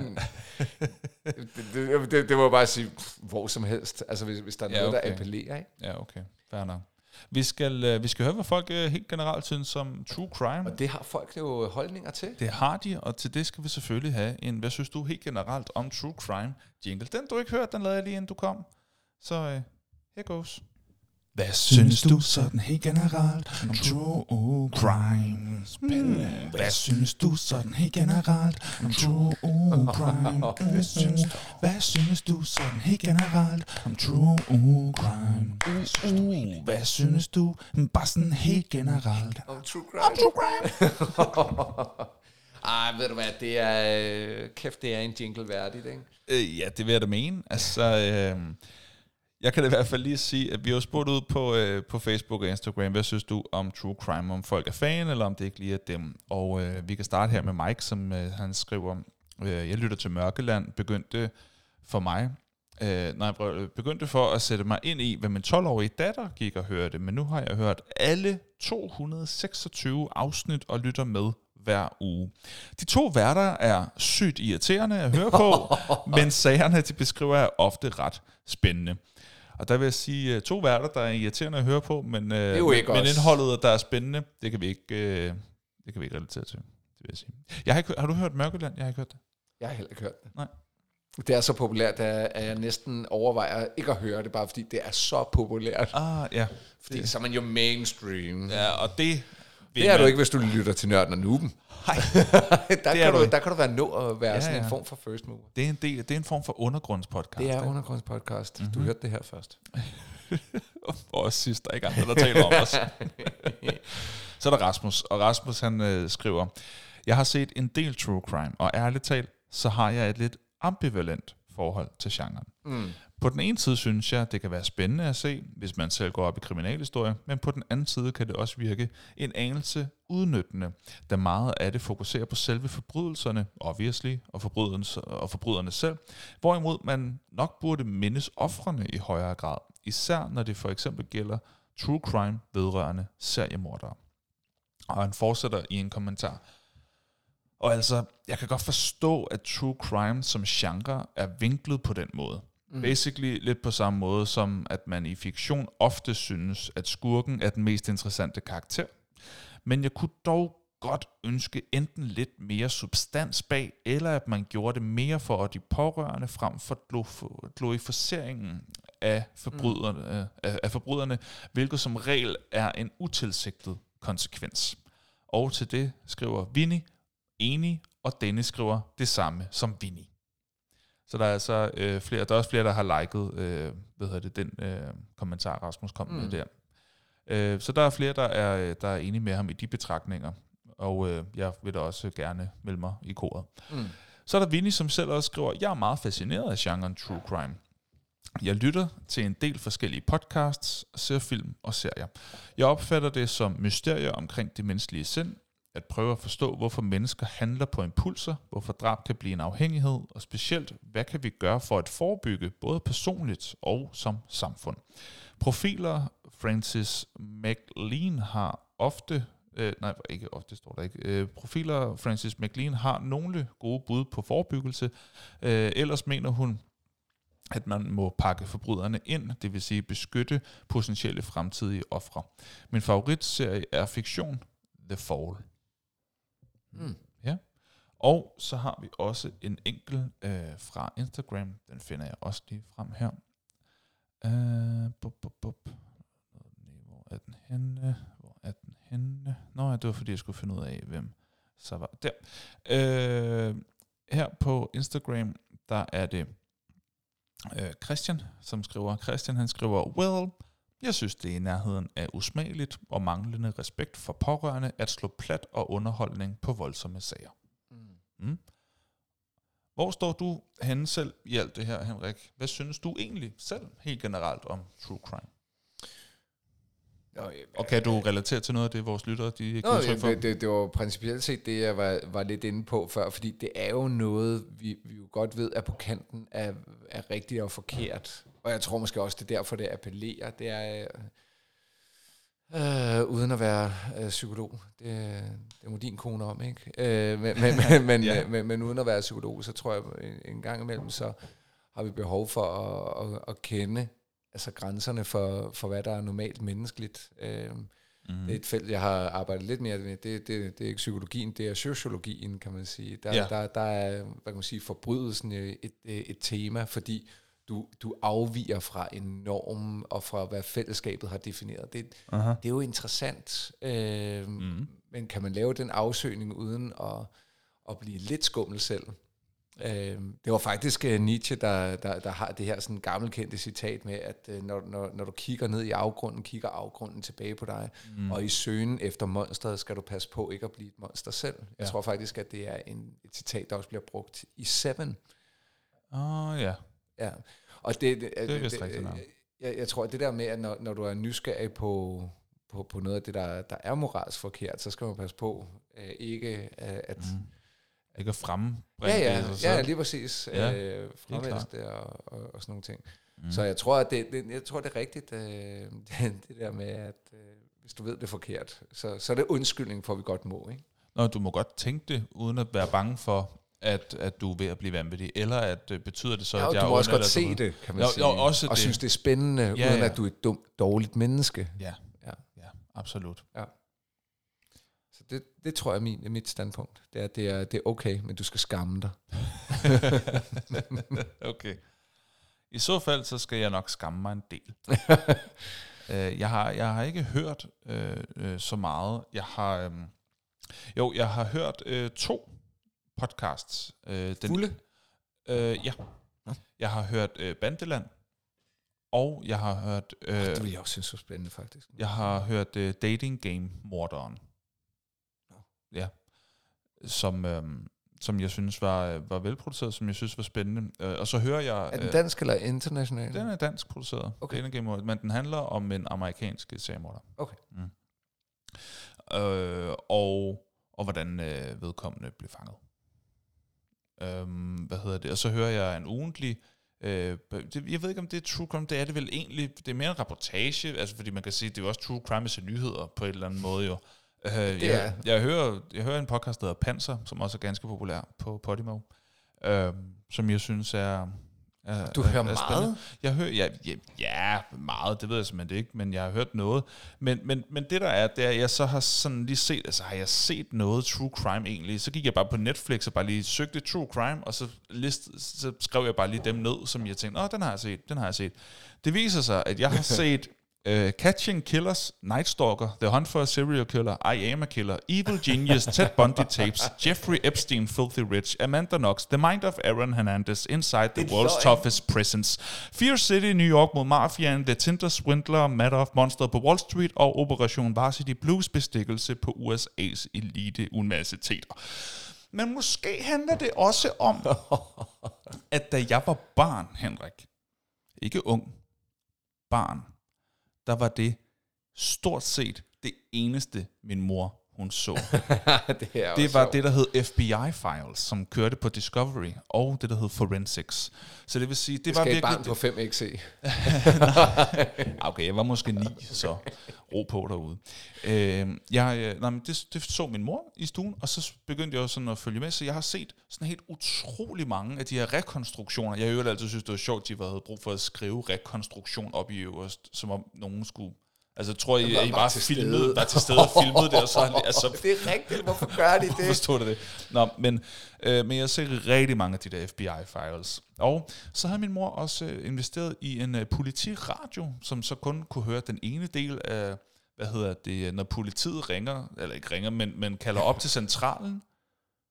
Speaker 3: det må jeg bare sige, hvor som helst. Altså hvis der er noget, der appellerer. Ikke?
Speaker 2: Ja, okay. Fair nok. Vi skal høre, hvad folk helt generelt synes om true crime.
Speaker 3: Og det har folk jo holdninger til.
Speaker 2: Det har de, og til det skal vi selvfølgelig have en, hvad synes du helt generelt om true crime jingle. Den du ikke hørt, den lavede jeg lige inden du kom. Så here goes.
Speaker 1: Hvad synes du sådan helt generelt om true crime? Spændende. Hvad synes du sådan helt generelt om true crime? Hvad synes du sådan helt generelt om true crime? Hvad synes du bare sådan helt generelt
Speaker 3: om true crime? Ej, ved du hvad, det er kæft, det er en jingle værdigt, ikke?
Speaker 2: Ja, det vil jeg da mene. Altså... Jeg kan da i hvert fald lige sige, at vi har spurgt ud på Facebook og Instagram, hvad synes du om true crime, om folk er fan, eller om det ikke lige er dem. Og vi kan starte her med Mike, som han skriver, jeg lytter til Mørkeland, begyndte for at sætte mig ind i, hvad min 12-årige datter gik og hørte, men nu har jeg hørt alle 226 afsnit og lytter med hver uge. De 2 værter er sygt irriterende at høre på, men sagerne, de beskriver, er ofte ret spændende. Og der vil jeg sige, 2 værter, der er irriterende at høre på, men indholdet, der er spændende, det kan vi ikke relatere til, det vil jeg sige. Har du hørt Mørkeland? Jeg har ikke hørt det.
Speaker 3: Jeg har heller ikke hørt det.
Speaker 2: Nej.
Speaker 3: Det er så populært, at jeg næsten overvejer ikke at høre det, bare fordi det er så populært.
Speaker 2: Ja.
Speaker 3: Fordi så er man jo mainstream.
Speaker 2: Ja, og det
Speaker 3: er du ikke, hvis du lytter til Nørden og Nuben.
Speaker 2: Nej.
Speaker 3: der kan du være nå at være sådan en form for first mover.
Speaker 2: Det er en form for undergrundspodcast.
Speaker 3: Det er undergrundspodcast. Du hørte det her først.
Speaker 2: Og sidst, der er ikke andre, der taler om os. Så er der Rasmus. Og Rasmus, han skriver, jeg har set en del true crime, og ærligt talt, så har jeg et lidt ambivalent forhold til genren. På den ene side synes jeg, det kan være spændende at se, hvis man selv går op i kriminalhistorie, men på den anden side kan det også virke en anelse udnyttende, da meget af det fokuserer på selve forbrydelserne, obviously, og forbryderne selv, hvorimod man nok burde mindes ofrene i højere grad, især når det for eksempel gælder true crime vedrørende seriemordere. Og han fortsætter i en kommentar. Og altså, jeg kan godt forstå, at true crime som genre er vinklet på den måde. Basically lidt på samme måde som, at man i fiktion ofte synes, at skurken er den mest interessante karakter. Men jeg kunne dog godt ønske enten lidt mere substans bag, eller at man gjorde det mere for de pårørende frem for glorificeringen af forbryderne, hvilket som regel er en utilsigtet konsekvens. Og til det skriver Vinnie, enig, og Dennis skriver det samme som Vinnie. Så der er altså flere, der er også flere, der har liket den kommentar, Rasmus kom med der. Så der er flere, der er enige med ham i de betragtninger, og jeg vil da også gerne melde mig i koret. Så er der Vinnie, som selv også skriver, jeg er meget fascineret af genren true crime. Jeg lytter til en del forskellige podcasts, ser film og serier. Jeg opfatter det som mysterier omkring det menneskelige sind, at prøve at forstå, hvorfor mennesker handler på impulser, hvorfor drab kan blive en afhængighed, og specielt, hvad kan vi gøre for at forebygge, både personligt og som samfund. Profiler Francis McLean har profiler Francis McLean har nogle gode bud på forebyggelse. Ellers mener hun, at man må pakke forbryderne ind, det vil sige beskytte potentielle fremtidige ofre. Min favoritserie er fiktion, The Fall. Ja. Og så har vi også en enkelt fra Instagram. Den finder jeg også lige frem her. Hvor er den henne? Nå, det var fordi jeg skulle finde ud af, hvem så var der. Her på Instagram, der er det Christian, som skriver. Christian, han skriver, well, Jeg synes, det er i nærheden af usmageligt og manglende respekt for pårørende at slå plat og underholdning på voldsomme sager. Mm. Hvor står du henne selv i alt det her, Henrik? Hvad synes du egentlig selv helt generelt om true crime? Og kan du relatere til noget af det, vores lyttere de ikke udtryk for?
Speaker 3: Det var principielt set det, jeg var lidt inde på før, fordi det er jo noget, vi jo godt ved er på kanten af rigtigt og forkert. Og jeg tror måske også, det er derfor, det appellerer. Det er, uden at være psykolog, det må din kone om, ikke? Men uden at være psykolog, så tror jeg, en gang imellem, så har vi behov for at kende altså grænserne for hvad der er normalt menneskeligt. Det er et felt, jeg har arbejdet lidt mere med. Det er ikke psykologien, det er sociologien, kan man sige. Der er, hvad kan man sige, forbrydelsen et tema, fordi du afviger fra en norm, og fra hvad fællesskabet har defineret. Det er jo interessant, men kan man lave den afsøgning uden at blive lidt skummel selv? Det var faktisk Nietzsche, der har det her sådan gammelkendte citat med, at når du kigger ned i afgrunden, kigger afgrunden tilbage på dig, og i søgen efter monsteret skal du passe på ikke at blive et monster selv. Jeg tror faktisk, at det er et citat, der også bliver brugt i Seven.
Speaker 2: Ja.
Speaker 3: Og jeg tror, at det der med, at når du er nysgerrig på noget af det, der er moralsk forkert, så skal man passe på ikke at...
Speaker 2: Ikke at frembringe det.
Speaker 3: Ja, lige præcis. Fremhældes det og sådan nogle ting. Så jeg tror, at det er rigtigt, det der med, at hvis du ved det er forkert, så er det undskyldning for, at vi godt må, ikke?
Speaker 2: Nå, du må godt tænke det, uden at være bange for, at du er ved at blive vanvittig, eller at betyder det så, at jeg...
Speaker 3: Du må også godt se det, kan man sige. Og synes, det er spændende, uden at du er et dumt, dårligt menneske.
Speaker 2: Ja, absolut.
Speaker 3: Ja. Så det tror jeg er mit standpunkt. Det er okay, men du skal skamme dig.
Speaker 2: Okay. I så fald, så skal jeg nok skamme mig en del. Jeg har ikke hørt så meget. Jeg har hørt 2 podcasts.
Speaker 3: Fulde?
Speaker 2: Ja. Jeg har hørt Bandeland, og jeg har hørt...
Speaker 3: det vil jeg også synes så spændende, faktisk.
Speaker 2: Jeg har hørt Dating Game Morderen. Ja. Som jeg synes var velproduceret, som jeg synes var spændende. Og så hører jeg...
Speaker 3: Er den dansk eller international?
Speaker 2: Den er dansk produceret. Okay. Dating Game Morderen, men den handler om en amerikansk seriemorder.
Speaker 3: Okay.
Speaker 2: Og hvordan vedkommende blev fanget. Og så hører jeg en ugentlig... jeg ved ikke, om det er true crime. Det er det vel egentlig. Det er mere en reportage, altså fordi man kan sige, det er jo også true crime til nyheder på en eller anden måde jo. Jeg hører en podcast, der hedder Panser, som også er ganske populær på Podimo, som jeg synes er
Speaker 3: du hører meget?
Speaker 2: Jeg hører meget, det ved jeg simpelthen ikke, men jeg har hørt noget. Men det der er, det er, jeg så har sådan lige set, altså har jeg set noget true crime egentlig, så gik jeg bare på Netflix og bare lige søgte true crime, og så skrev jeg bare lige dem ned, som jeg tænkte, den har jeg set. Det viser sig, at jeg har set Catching Killers, Night Stalker, The Hunt for a Serial Killer, I Am a Killer, Evil Genius, Ted Bundy Tapes, Jeffrey Epstein, Filthy Rich, Amanda Knox, The Mind of Aaron Hernandez, Inside the World's Toughest Prisons, Fear City, New York mod mafiaen, The Tinder Swindler, Madoff, Monster på Wall Street og Operation Varsity Blues bestikkelse på USA's elite universiteter. Men måske handler det også om, at da jeg var barn, Henrik, ikke ung, barn, der var det stort set det eneste, min mor hun så. det var det, der hed FBI Files, som kørte på Discovery, og det, der hed Forensics. Så det vil sige, det var virkelig...
Speaker 3: barn på 5XC.
Speaker 2: Okay, jeg var måske 9, så ro på derude. Det så min mor i stuen, og så begyndte jeg også sådan at følge med, så jeg har set sådan helt utrolig mange af de her rekonstruktioner. Jeg har jo altid synes, det var sjovt, at de havde brug for at skrive rekonstruktion op i øverst, som om nogen skulle... Altså, tror I bare var til stede og filmede det, og så... Altså,
Speaker 3: det er rigtigt, hvorfor gør de det?
Speaker 2: Forstår du det? Nå, men jeg ser rigtig mange af de der FBI-files. Og så havde min mor også investeret i en politiradio, som så kun kunne høre den ene del af, når politiet ringer, eller ikke ringer, men kalder op til centralen,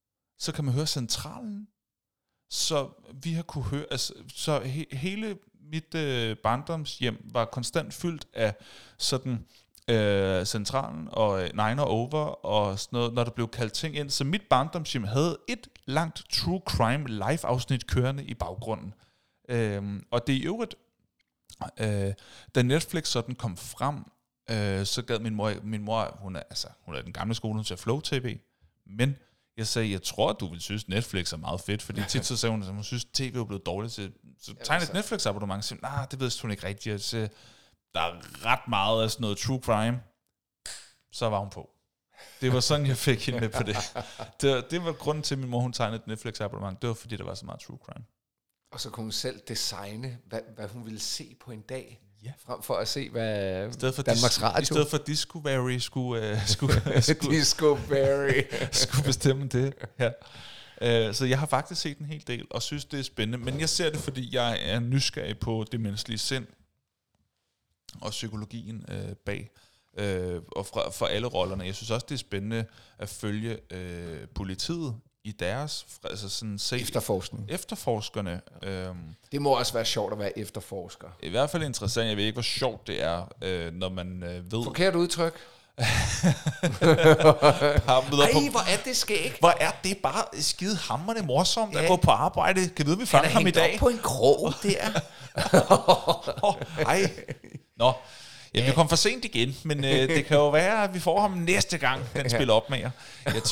Speaker 2: så kan man høre centralen. Så vi har kunne høre, altså, så hele mit barndomshjem var konstant fyldt af sådan Centralen og Nine Over og sådan noget, når der blev kaldt ting ind. Så mit barndomshjem havde et langt true crime live-afsnit kørende i baggrunden. Og det er i øvrigt, da Netflix sådan kom frem, så gad min mor, hun er den gamle skole, hun ser Flow TV, men jeg sagde, jeg tror, du vil synes, Netflix er meget fedt, fordi tit så sagde hun synes, TV er blevet dårligt til. Så tegn et Netflix-abonnement, så nej, det ved hun ikke rigtigt. Så, der er ret meget af sådan noget true crime. Så var hun på. Det var sådan, jeg fik hende med på det. Det var grunden til, at min mor hun tegnede et Netflix-abonnement. Det var, fordi der var så meget true crime.
Speaker 3: Og så kunne hun selv designe, hvad hun ville se på en dag. Ja. Frem for at se, hvad Danmarks Radio...
Speaker 2: I stedet for Discovery skulle bestemme det. Ja. Så jeg har faktisk set en hel del, og synes, det er spændende. Men jeg ser det, fordi jeg er nysgerrig på det menneskelige sind, og psykologien bag, og for alle rollerne. Jeg synes også, det er spændende at følge politiet i deres, altså sådan efterforskerne.
Speaker 3: Det må også være sjovt at være efterforsker.
Speaker 2: I hvert fald interessant. Jeg ved ikke, hvor sjovt det er, når man ved...
Speaker 3: Forkert udtryk. Ej, hvor er det skægt.
Speaker 2: Hvor er det bare skide hamrende morsomt at gå på arbejde. Kan vide, vi fanger ham i dag?
Speaker 3: Op på en krog, der.
Speaker 2: Ej. Nå. Ja, vi kom for sent igen, men det kan jo være, at vi får ham næste gang, den spiller op med jer. Jeg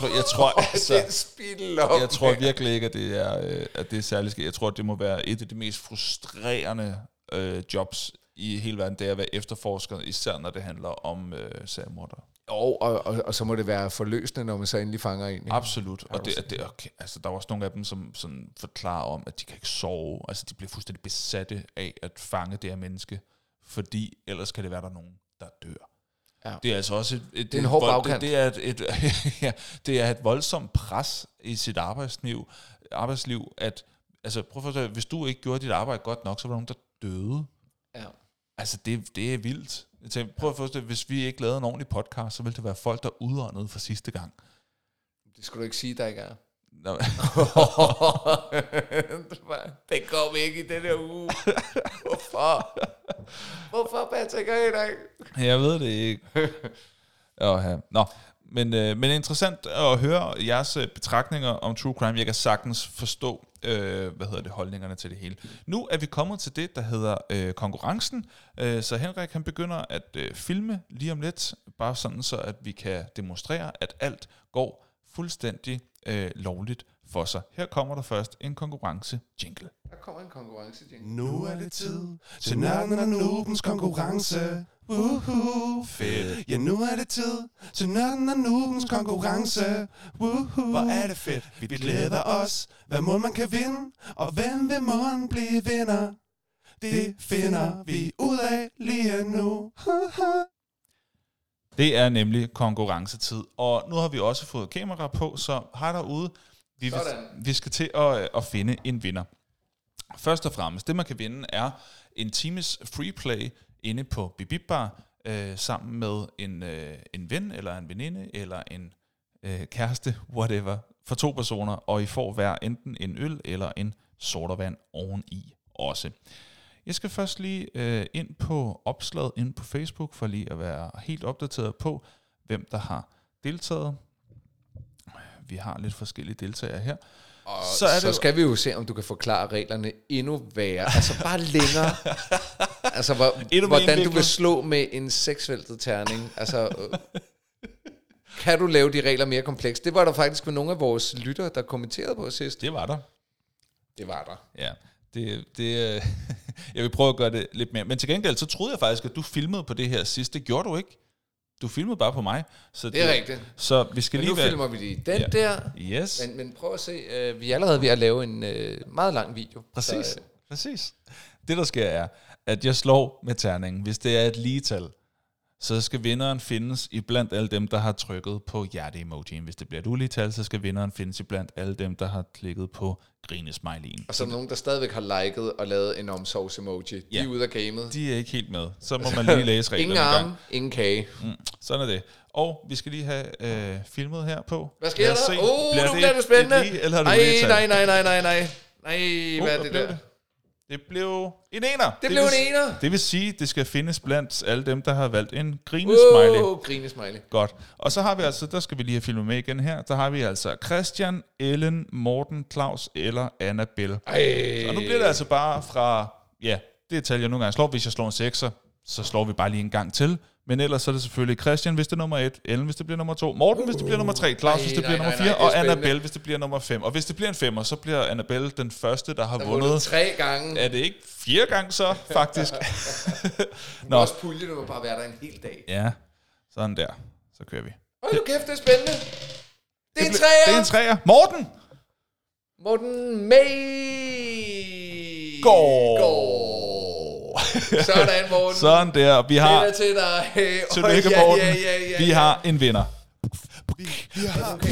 Speaker 2: tror virkelig ikke, at det er særligt skidt. Jeg tror, at det må være et af de mest frustrerende jobs i hele verden, det er at være efterforsker, især når det handler om seriemordere.
Speaker 3: Og så må det være forløsende, når man så endelig fanger en.
Speaker 2: Absolut. Og det okay. Altså, der er også nogle af dem, som sådan forklarer om, at de kan ikke sove. Altså, de bliver fuldstændig besatte af at fange det her menneske, fordi ellers kan det være, der er nogen, der dør. Ja. Det er altså også
Speaker 3: det er en hård bagkant.
Speaker 2: Det er et voldsomt pres i sit arbejdsliv, at altså, prøv at forstå, hvis du ikke gjorde dit arbejde godt nok, så var der nogen, der døde. Ja. Altså, det er vildt. Jeg tænker, prøv at forstå, hvis vi ikke lavede en ordentlig podcast, så ville det være folk, der udåndede for sidste gang.
Speaker 3: Det skulle du ikke sige, der ikke er.
Speaker 2: No.
Speaker 3: Det kom ikke i den her uge. Hvorfor Patrick og Henrik?
Speaker 2: Jeg ved det ikke. Nå, men interessant at høre jeres betragtninger om true crime. Jeg kan sagtens forstå holdningerne til det hele. Nu er vi kommet til det, der hedder konkurrencen. Så Henrik han begynder at filme lige om lidt, bare sådan så at vi kan demonstrere, at alt går fuldstændig lovligt for sig. Her kommer der først en konkurrence-jingle.
Speaker 3: Der kommer en konkurrence-jingle.
Speaker 1: Nu er det tid til nørden og noobens konkurrence. Woohoo, fedt. Ja, nu er det tid til nørden og noobens konkurrence. Woohoo, hvor er det fedt. Vi glæder os. Hvad må man kan vinde? Og hvem vil måden blive vinder? Det finder vi ud af lige nu.
Speaker 2: Det er nemlig konkurrencetid. Og nu har vi også fået kamera på, så her derude, vi skal til at finde en vinder. Først og fremmest, det man kan vinde er en times free play inde på Bibibbar sammen med en ven eller en veninde eller en kæreste, whatever, for 2 personer, og I får hver enten en øl eller en sodavand oveni også. Jeg skal først lige ind på opslaget inde på Facebook, for lige at være helt opdateret på, hvem der har deltaget. Vi har lidt forskellige deltagere her.
Speaker 3: Og så skal vi jo se, om du kan forklare reglerne endnu værre. Altså bare længere. Altså hvordan du vil slå med en 6-væltet terning. Altså kan du lave de regler mere komplekse? Det var der faktisk med nogle af vores lyttere, der kommenterede på sidst.
Speaker 2: Det var der. Ja. Jeg vil prøve at gøre det lidt mere. Men til gengæld, så troede jeg faktisk, at du filmede på det her sidst. Det gjorde du ikke. Du filmede bare på mig. Så
Speaker 3: det er rigtigt.
Speaker 2: Så vi skal
Speaker 3: men nu filmer vi lige den der.
Speaker 2: Yes.
Speaker 3: Men prøv at se, vi er allerede ved at lave en meget lang video.
Speaker 2: Præcis. Det der sker er, at jeg slår med terningen. Hvis det er et ligetal, så skal vinderen findes i blandt alle dem, der har trykket på hjerte-emojien. Hvis det bliver et uligetal, så skal vinderen findes i blandt alle dem, der har klikket på grinesmileyen.
Speaker 3: Og så er der nogen, der stadigvæk har liket og lavet en omsorgs-emoji. De er ude af gamet.
Speaker 2: De er ikke helt med. Så må man lige læse reglerne.
Speaker 3: Ingen arm, ingen kage.
Speaker 2: Sådan er det. Og vi skal lige have filmet her på.
Speaker 3: Hvad sker der? Nu bliver det spændende.
Speaker 2: Nej,
Speaker 3: hvad er det der?
Speaker 2: Det blev en ener.
Speaker 3: Det blev en ener.
Speaker 2: Det vil sige, det skal findes blandt alle dem, der har valgt en grinesmiley.
Speaker 3: Grinesmiley.
Speaker 2: Godt. Og så har vi altså, der skal vi lige have filmet med igen her, der har vi altså Christian, Ellen, Morten, Claus eller Annabelle. Og nu bliver det altså bare fra, ja, det er tal, jeg nogle gange slår. Hvis jeg slår en 6'er, så slår vi bare lige en gang til. Men ellers så er det selvfølgelig Christian, hvis det er nummer 1, Ellen, hvis det bliver nummer 2, Morten, hvis det bliver nummer 3, Claus, hvis det bliver nummer 4, og Annabelle, hvis det bliver nummer 5. Og hvis det bliver en 5'er, så bliver Annabelle den første, der har vundet
Speaker 3: 3 gange.
Speaker 2: Er det ikke 4 gange så, faktisk?
Speaker 3: Nå. Vores pulje, det må bare være der en hel dag.
Speaker 2: Ja, sådan der. Så kører vi.
Speaker 3: Hold nu kæft, det er spændende. Det er en 3'er.
Speaker 2: Det er en 3'er. Morten!
Speaker 3: Morten Går. Sådan, Morten.
Speaker 2: Sådan der. Vi har...
Speaker 3: Det er til dig.
Speaker 2: Tillykke, Morten. Vi har en vinder.
Speaker 1: Vi har en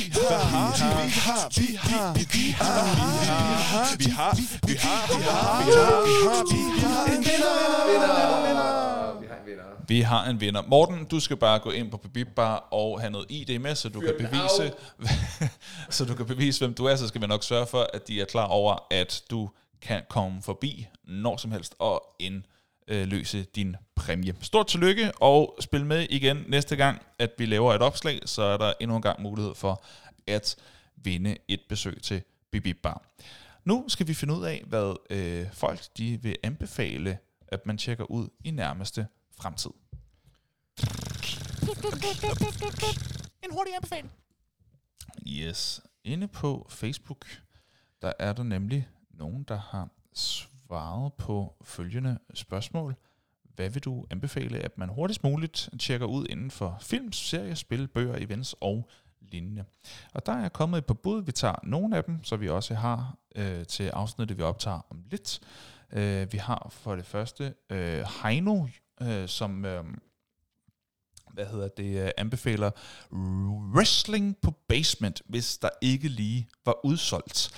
Speaker 1: vinder.
Speaker 2: Vi har en vinder. Morten, du skal bare gå ind på Bip Bar og have noget ID med, så du kan bevise, så du kan bevise, hvem du er. Så skal vi nok sørge for, at de er klar over, at du kan komme forbi når som helst og indløse din præmie. Stort tillykke, og spil med igen næste gang, at vi laver et opslag, så er der endnu en gang mulighed for at vinde et besøg til Bip Bar. Nu skal vi finde ud af, hvad folk de vil anbefale, at man tjekker ud i nærmeste fremtid.
Speaker 1: En hurtig anbefaling.
Speaker 2: Yes. Inde på Facebook, der er der nemlig nogen, der har svaret på følgende spørgsmål. Hvad vil du anbefale, at man hurtigst muligt tjekker ud inden for film, serier, spil, bøger, events og lignende? Og der er kommet et par bud. Vi tager nogle af dem, så vi også har til afsnittet, vi optager om lidt. Vi har for det første Heino, som anbefaler Wrestling på Basement, hvis der ikke lige var udsolgt.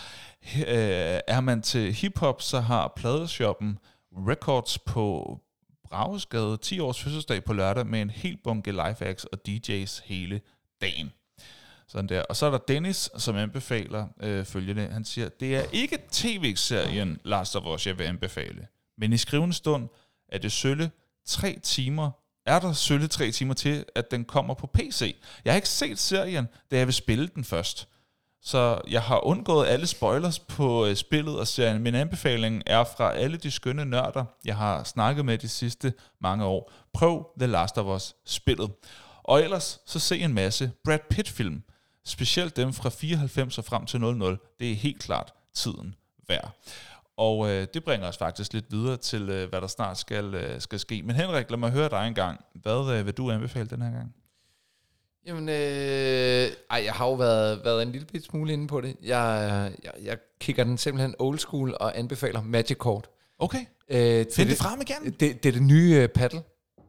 Speaker 2: Er man til hiphop, så har pladeshoppen Records på Bragesgade 10 års fødselsdag på lørdag med en hel bunke live acts og DJ's hele dagen. Sådan der. Og så er der Dennis, som anbefaler følgende. Han siger, det er ikke tv-serien Last of Us, jeg vil anbefale. Men i skrivende stund er det sølle 3 timer. Er der sølle 3 timer til, at den kommer på PC? Jeg har ikke set serien, da jeg vil spille den først. Så jeg har undgået alle spoilers på spillet og serien. Min anbefaling er fra alle de skønne nørder, jeg har snakket med de sidste mange år. Prøv The Last of Us spillet. Og ellers så se en masse Brad Pitt-film. Specielt dem fra 94 og frem til 00. Det er helt klart tiden værd. Og det bringer os faktisk lidt videre til, hvad der snart skal ske. Men Henrik, lad mig høre dig en gang. Hvad vil du anbefale den her gang?
Speaker 3: Jamen, jeg har jo været en lille bit smule inde på det. Jeg kigger den simpelthen old school og anbefaler Magic Court.
Speaker 2: Okay.
Speaker 3: Find
Speaker 2: det frem igen.
Speaker 3: Det er det nye paddle.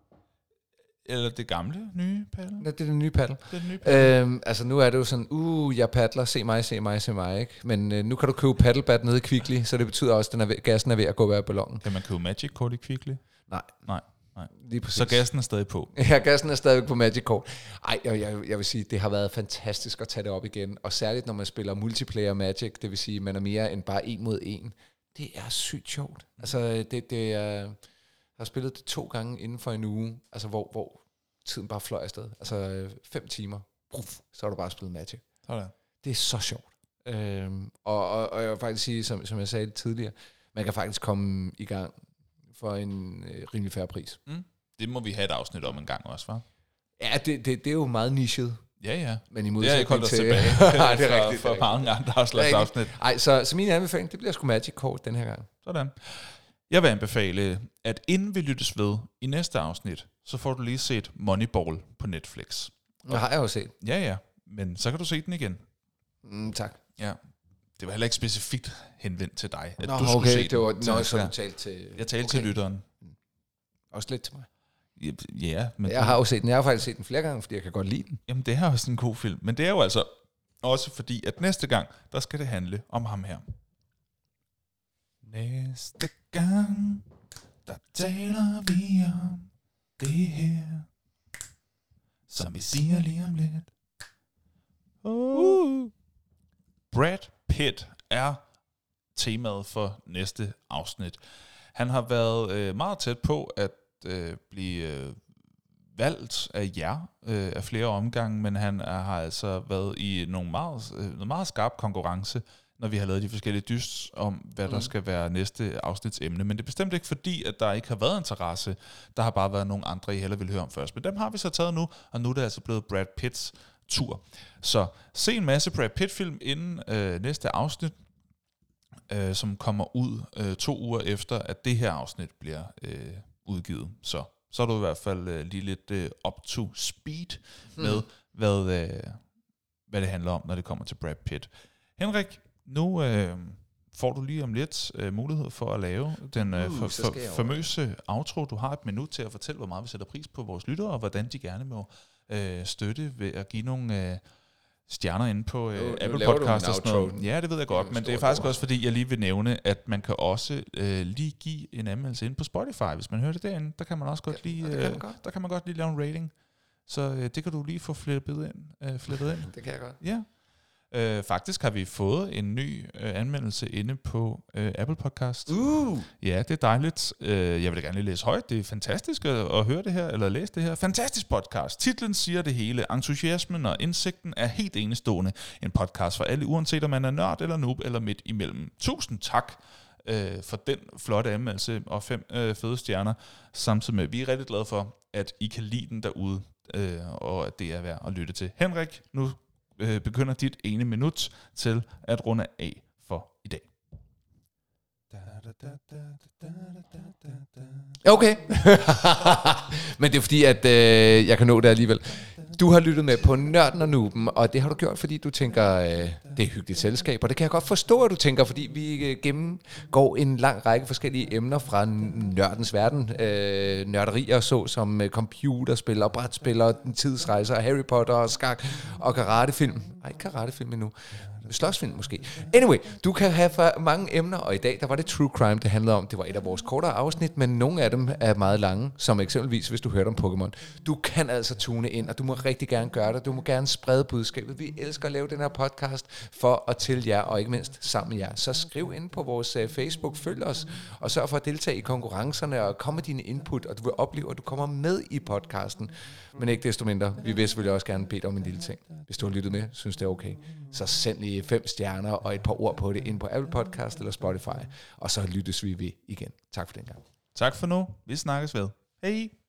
Speaker 2: Eller det gamle nye paddle?
Speaker 3: Ja, det er det nye paddle. Altså nu er det jo sådan, jeg paddler, se mig, ikke? Men nu kan du købe paddlebat nede i Kvickly, så det betyder også, at gassen er ved at gå af ballonen.
Speaker 2: Kan man købe Magic Court i Kvickly?
Speaker 3: Nej. Lige præcis.
Speaker 2: Så gassen er stadig på?
Speaker 3: Ja, gassen er stadig på Magic Court. Jeg vil sige, det har været fantastisk at tage det op igen, og særligt når man spiller multiplayer Magic, det vil sige, man er mere end bare 1 mod 1. Det er sygt sjovt. Altså, jeg har spillet det 2 gange inden for en uge, altså hvor tiden bare fløj afsted. Altså 5 timer, så har du bare spillet Magic.
Speaker 2: Sådan.
Speaker 3: Det er så sjovt. Og jeg vil faktisk sige, som jeg sagde tidligere, man kan faktisk komme i gang for en rimelig fair pris.
Speaker 2: Det må vi have et afsnit om en gang også, hva'?
Speaker 3: Ja, det er jo meget nichet.
Speaker 2: Ja.
Speaker 3: Men i modsætning til...
Speaker 2: Det er rigtigt. For mange andre afsnit.
Speaker 3: Ej, så min anbefaling, det bliver sgu Magic Court den her gang.
Speaker 2: Sådan. Jeg vil anbefale, at inden vi lyttes ved i næste afsnit, så får du lige set Moneyball på Netflix.
Speaker 3: Det har jeg jo set.
Speaker 2: Ja, men så kan du se den igen.
Speaker 3: Tak.
Speaker 2: Ja. Det var heller ikke specifikt henvendt til dig, at
Speaker 3: du
Speaker 2: skulle se
Speaker 3: det var
Speaker 2: den.
Speaker 3: Så du talte til...
Speaker 2: Jeg talte til lytteren.
Speaker 3: Også lidt til mig.
Speaker 2: Ja, men...
Speaker 3: Jeg har jo set den. Jeg har faktisk set den flere gange, fordi jeg kan godt lide den.
Speaker 2: Jamen, det er også en god film. Men det er jo altså også fordi, at næste gang, der skal det handle om ham her. Næste gang, der taler vi om det her, som vi siger lige om lidt. Brad Pitt er temaet for næste afsnit. Han har været meget tæt på at blive valgt af jer af flere omgange, men han har altså været i nogle meget skarp konkurrence, når vi har lavet de forskellige dyst om, hvad der skal være næste afsnitsemne. Men det er bestemt ikke fordi, at der ikke har været interesse. Der har bare været nogle andre, I hellere vil høre om først. Men dem har vi så taget nu, og nu er det altså blevet Brad Pitts tur. Så se en masse Brad Pitt-film inden næste afsnit, som kommer ud 2 uger efter, at det her afsnit bliver udgivet. Så er du i hvert fald lige lidt up to speed med, hvad det handler om, når det kommer til Brad Pitt. Henrik, nu får du lige om lidt mulighed for at lave den famøse outro. Du har et minut til at fortælle, hvor meget vi sætter pris på vores lyttere, og hvordan de gerne må støtte ved at give nogle stjerner inde på Apple Podcast og sådan noget. Ja, det ved jeg godt, men det er faktisk også, fordi jeg lige vil nævne, at man kan også lige give en anmeldelse inde på Spotify. Hvis man hører det derinde, der kan man også godt lige, der kan man godt lige lave en rating. Så det kan du lige få flettet ind.
Speaker 3: Det kan jeg godt.
Speaker 2: Ja. Faktisk har vi fået en ny anmeldelse inde på Apple Podcast. Ja, det er dejligt. Jeg vil da gerne lige læse højt. Det er fantastisk at høre det her, eller læse det her. Fantastisk podcast. Titlen siger det hele. Entusiasmen og indsigten er helt enestående. En podcast for alle, uanset om man er nørd eller noob eller midt imellem. Tusind tak for den flotte anmeldelse og 5 fede stjerner. Samtidig med, vi er rigtig glade for, at I kan lide den derude, og at det er værd at lytte til. Henrik, nu begynder dit ene minut til at runde af for i dag.
Speaker 3: Okay. Men det er fordi, at jeg kan nå det alligevel. Du har lyttet med på Nørden og Nuben, og det har du gjort, fordi du tænker, det er hyggeligt selskab, og det kan jeg godt forstå, at du tænker, fordi vi gennemgår en lang række forskellige emner fra nørdens verden. Nørderier så som computerspil og brætspil og tidsrejser og Harry Potter og skak og karatefilm. Nej, ikke karatefilm endnu. Slåsfilm måske. Anyway, du kan have mange emner, og i dag der var det true crime, det handlede om. Det var et af vores kortere afsnit, men nogle af dem er meget lange, som eksempelvis, hvis du hørte om Pokémon. Du kan altså tune ind, og du må rigtig gerne gøre det. Du må gerne sprede budskabet. Vi elsker at lave den her podcast for og til jer, og ikke mindst sammen med jer. Så skriv ind på vores Facebook, følg os, og sørg for at deltage i konkurrencerne, og komme med dine input, og du vil opleve, at du kommer med i podcasten. Men ikke desto mindre, vi vil selvfølgelig også gerne bede om en lille ting. Hvis du har lyttet med, synes det er okay, så send lige 5 stjerner og et par ord på det ind på Apple Podcast eller Spotify, og så lyttes vi ved igen. Tak for den gang.
Speaker 2: Tak for nu. Vi snakkes ved. Hej.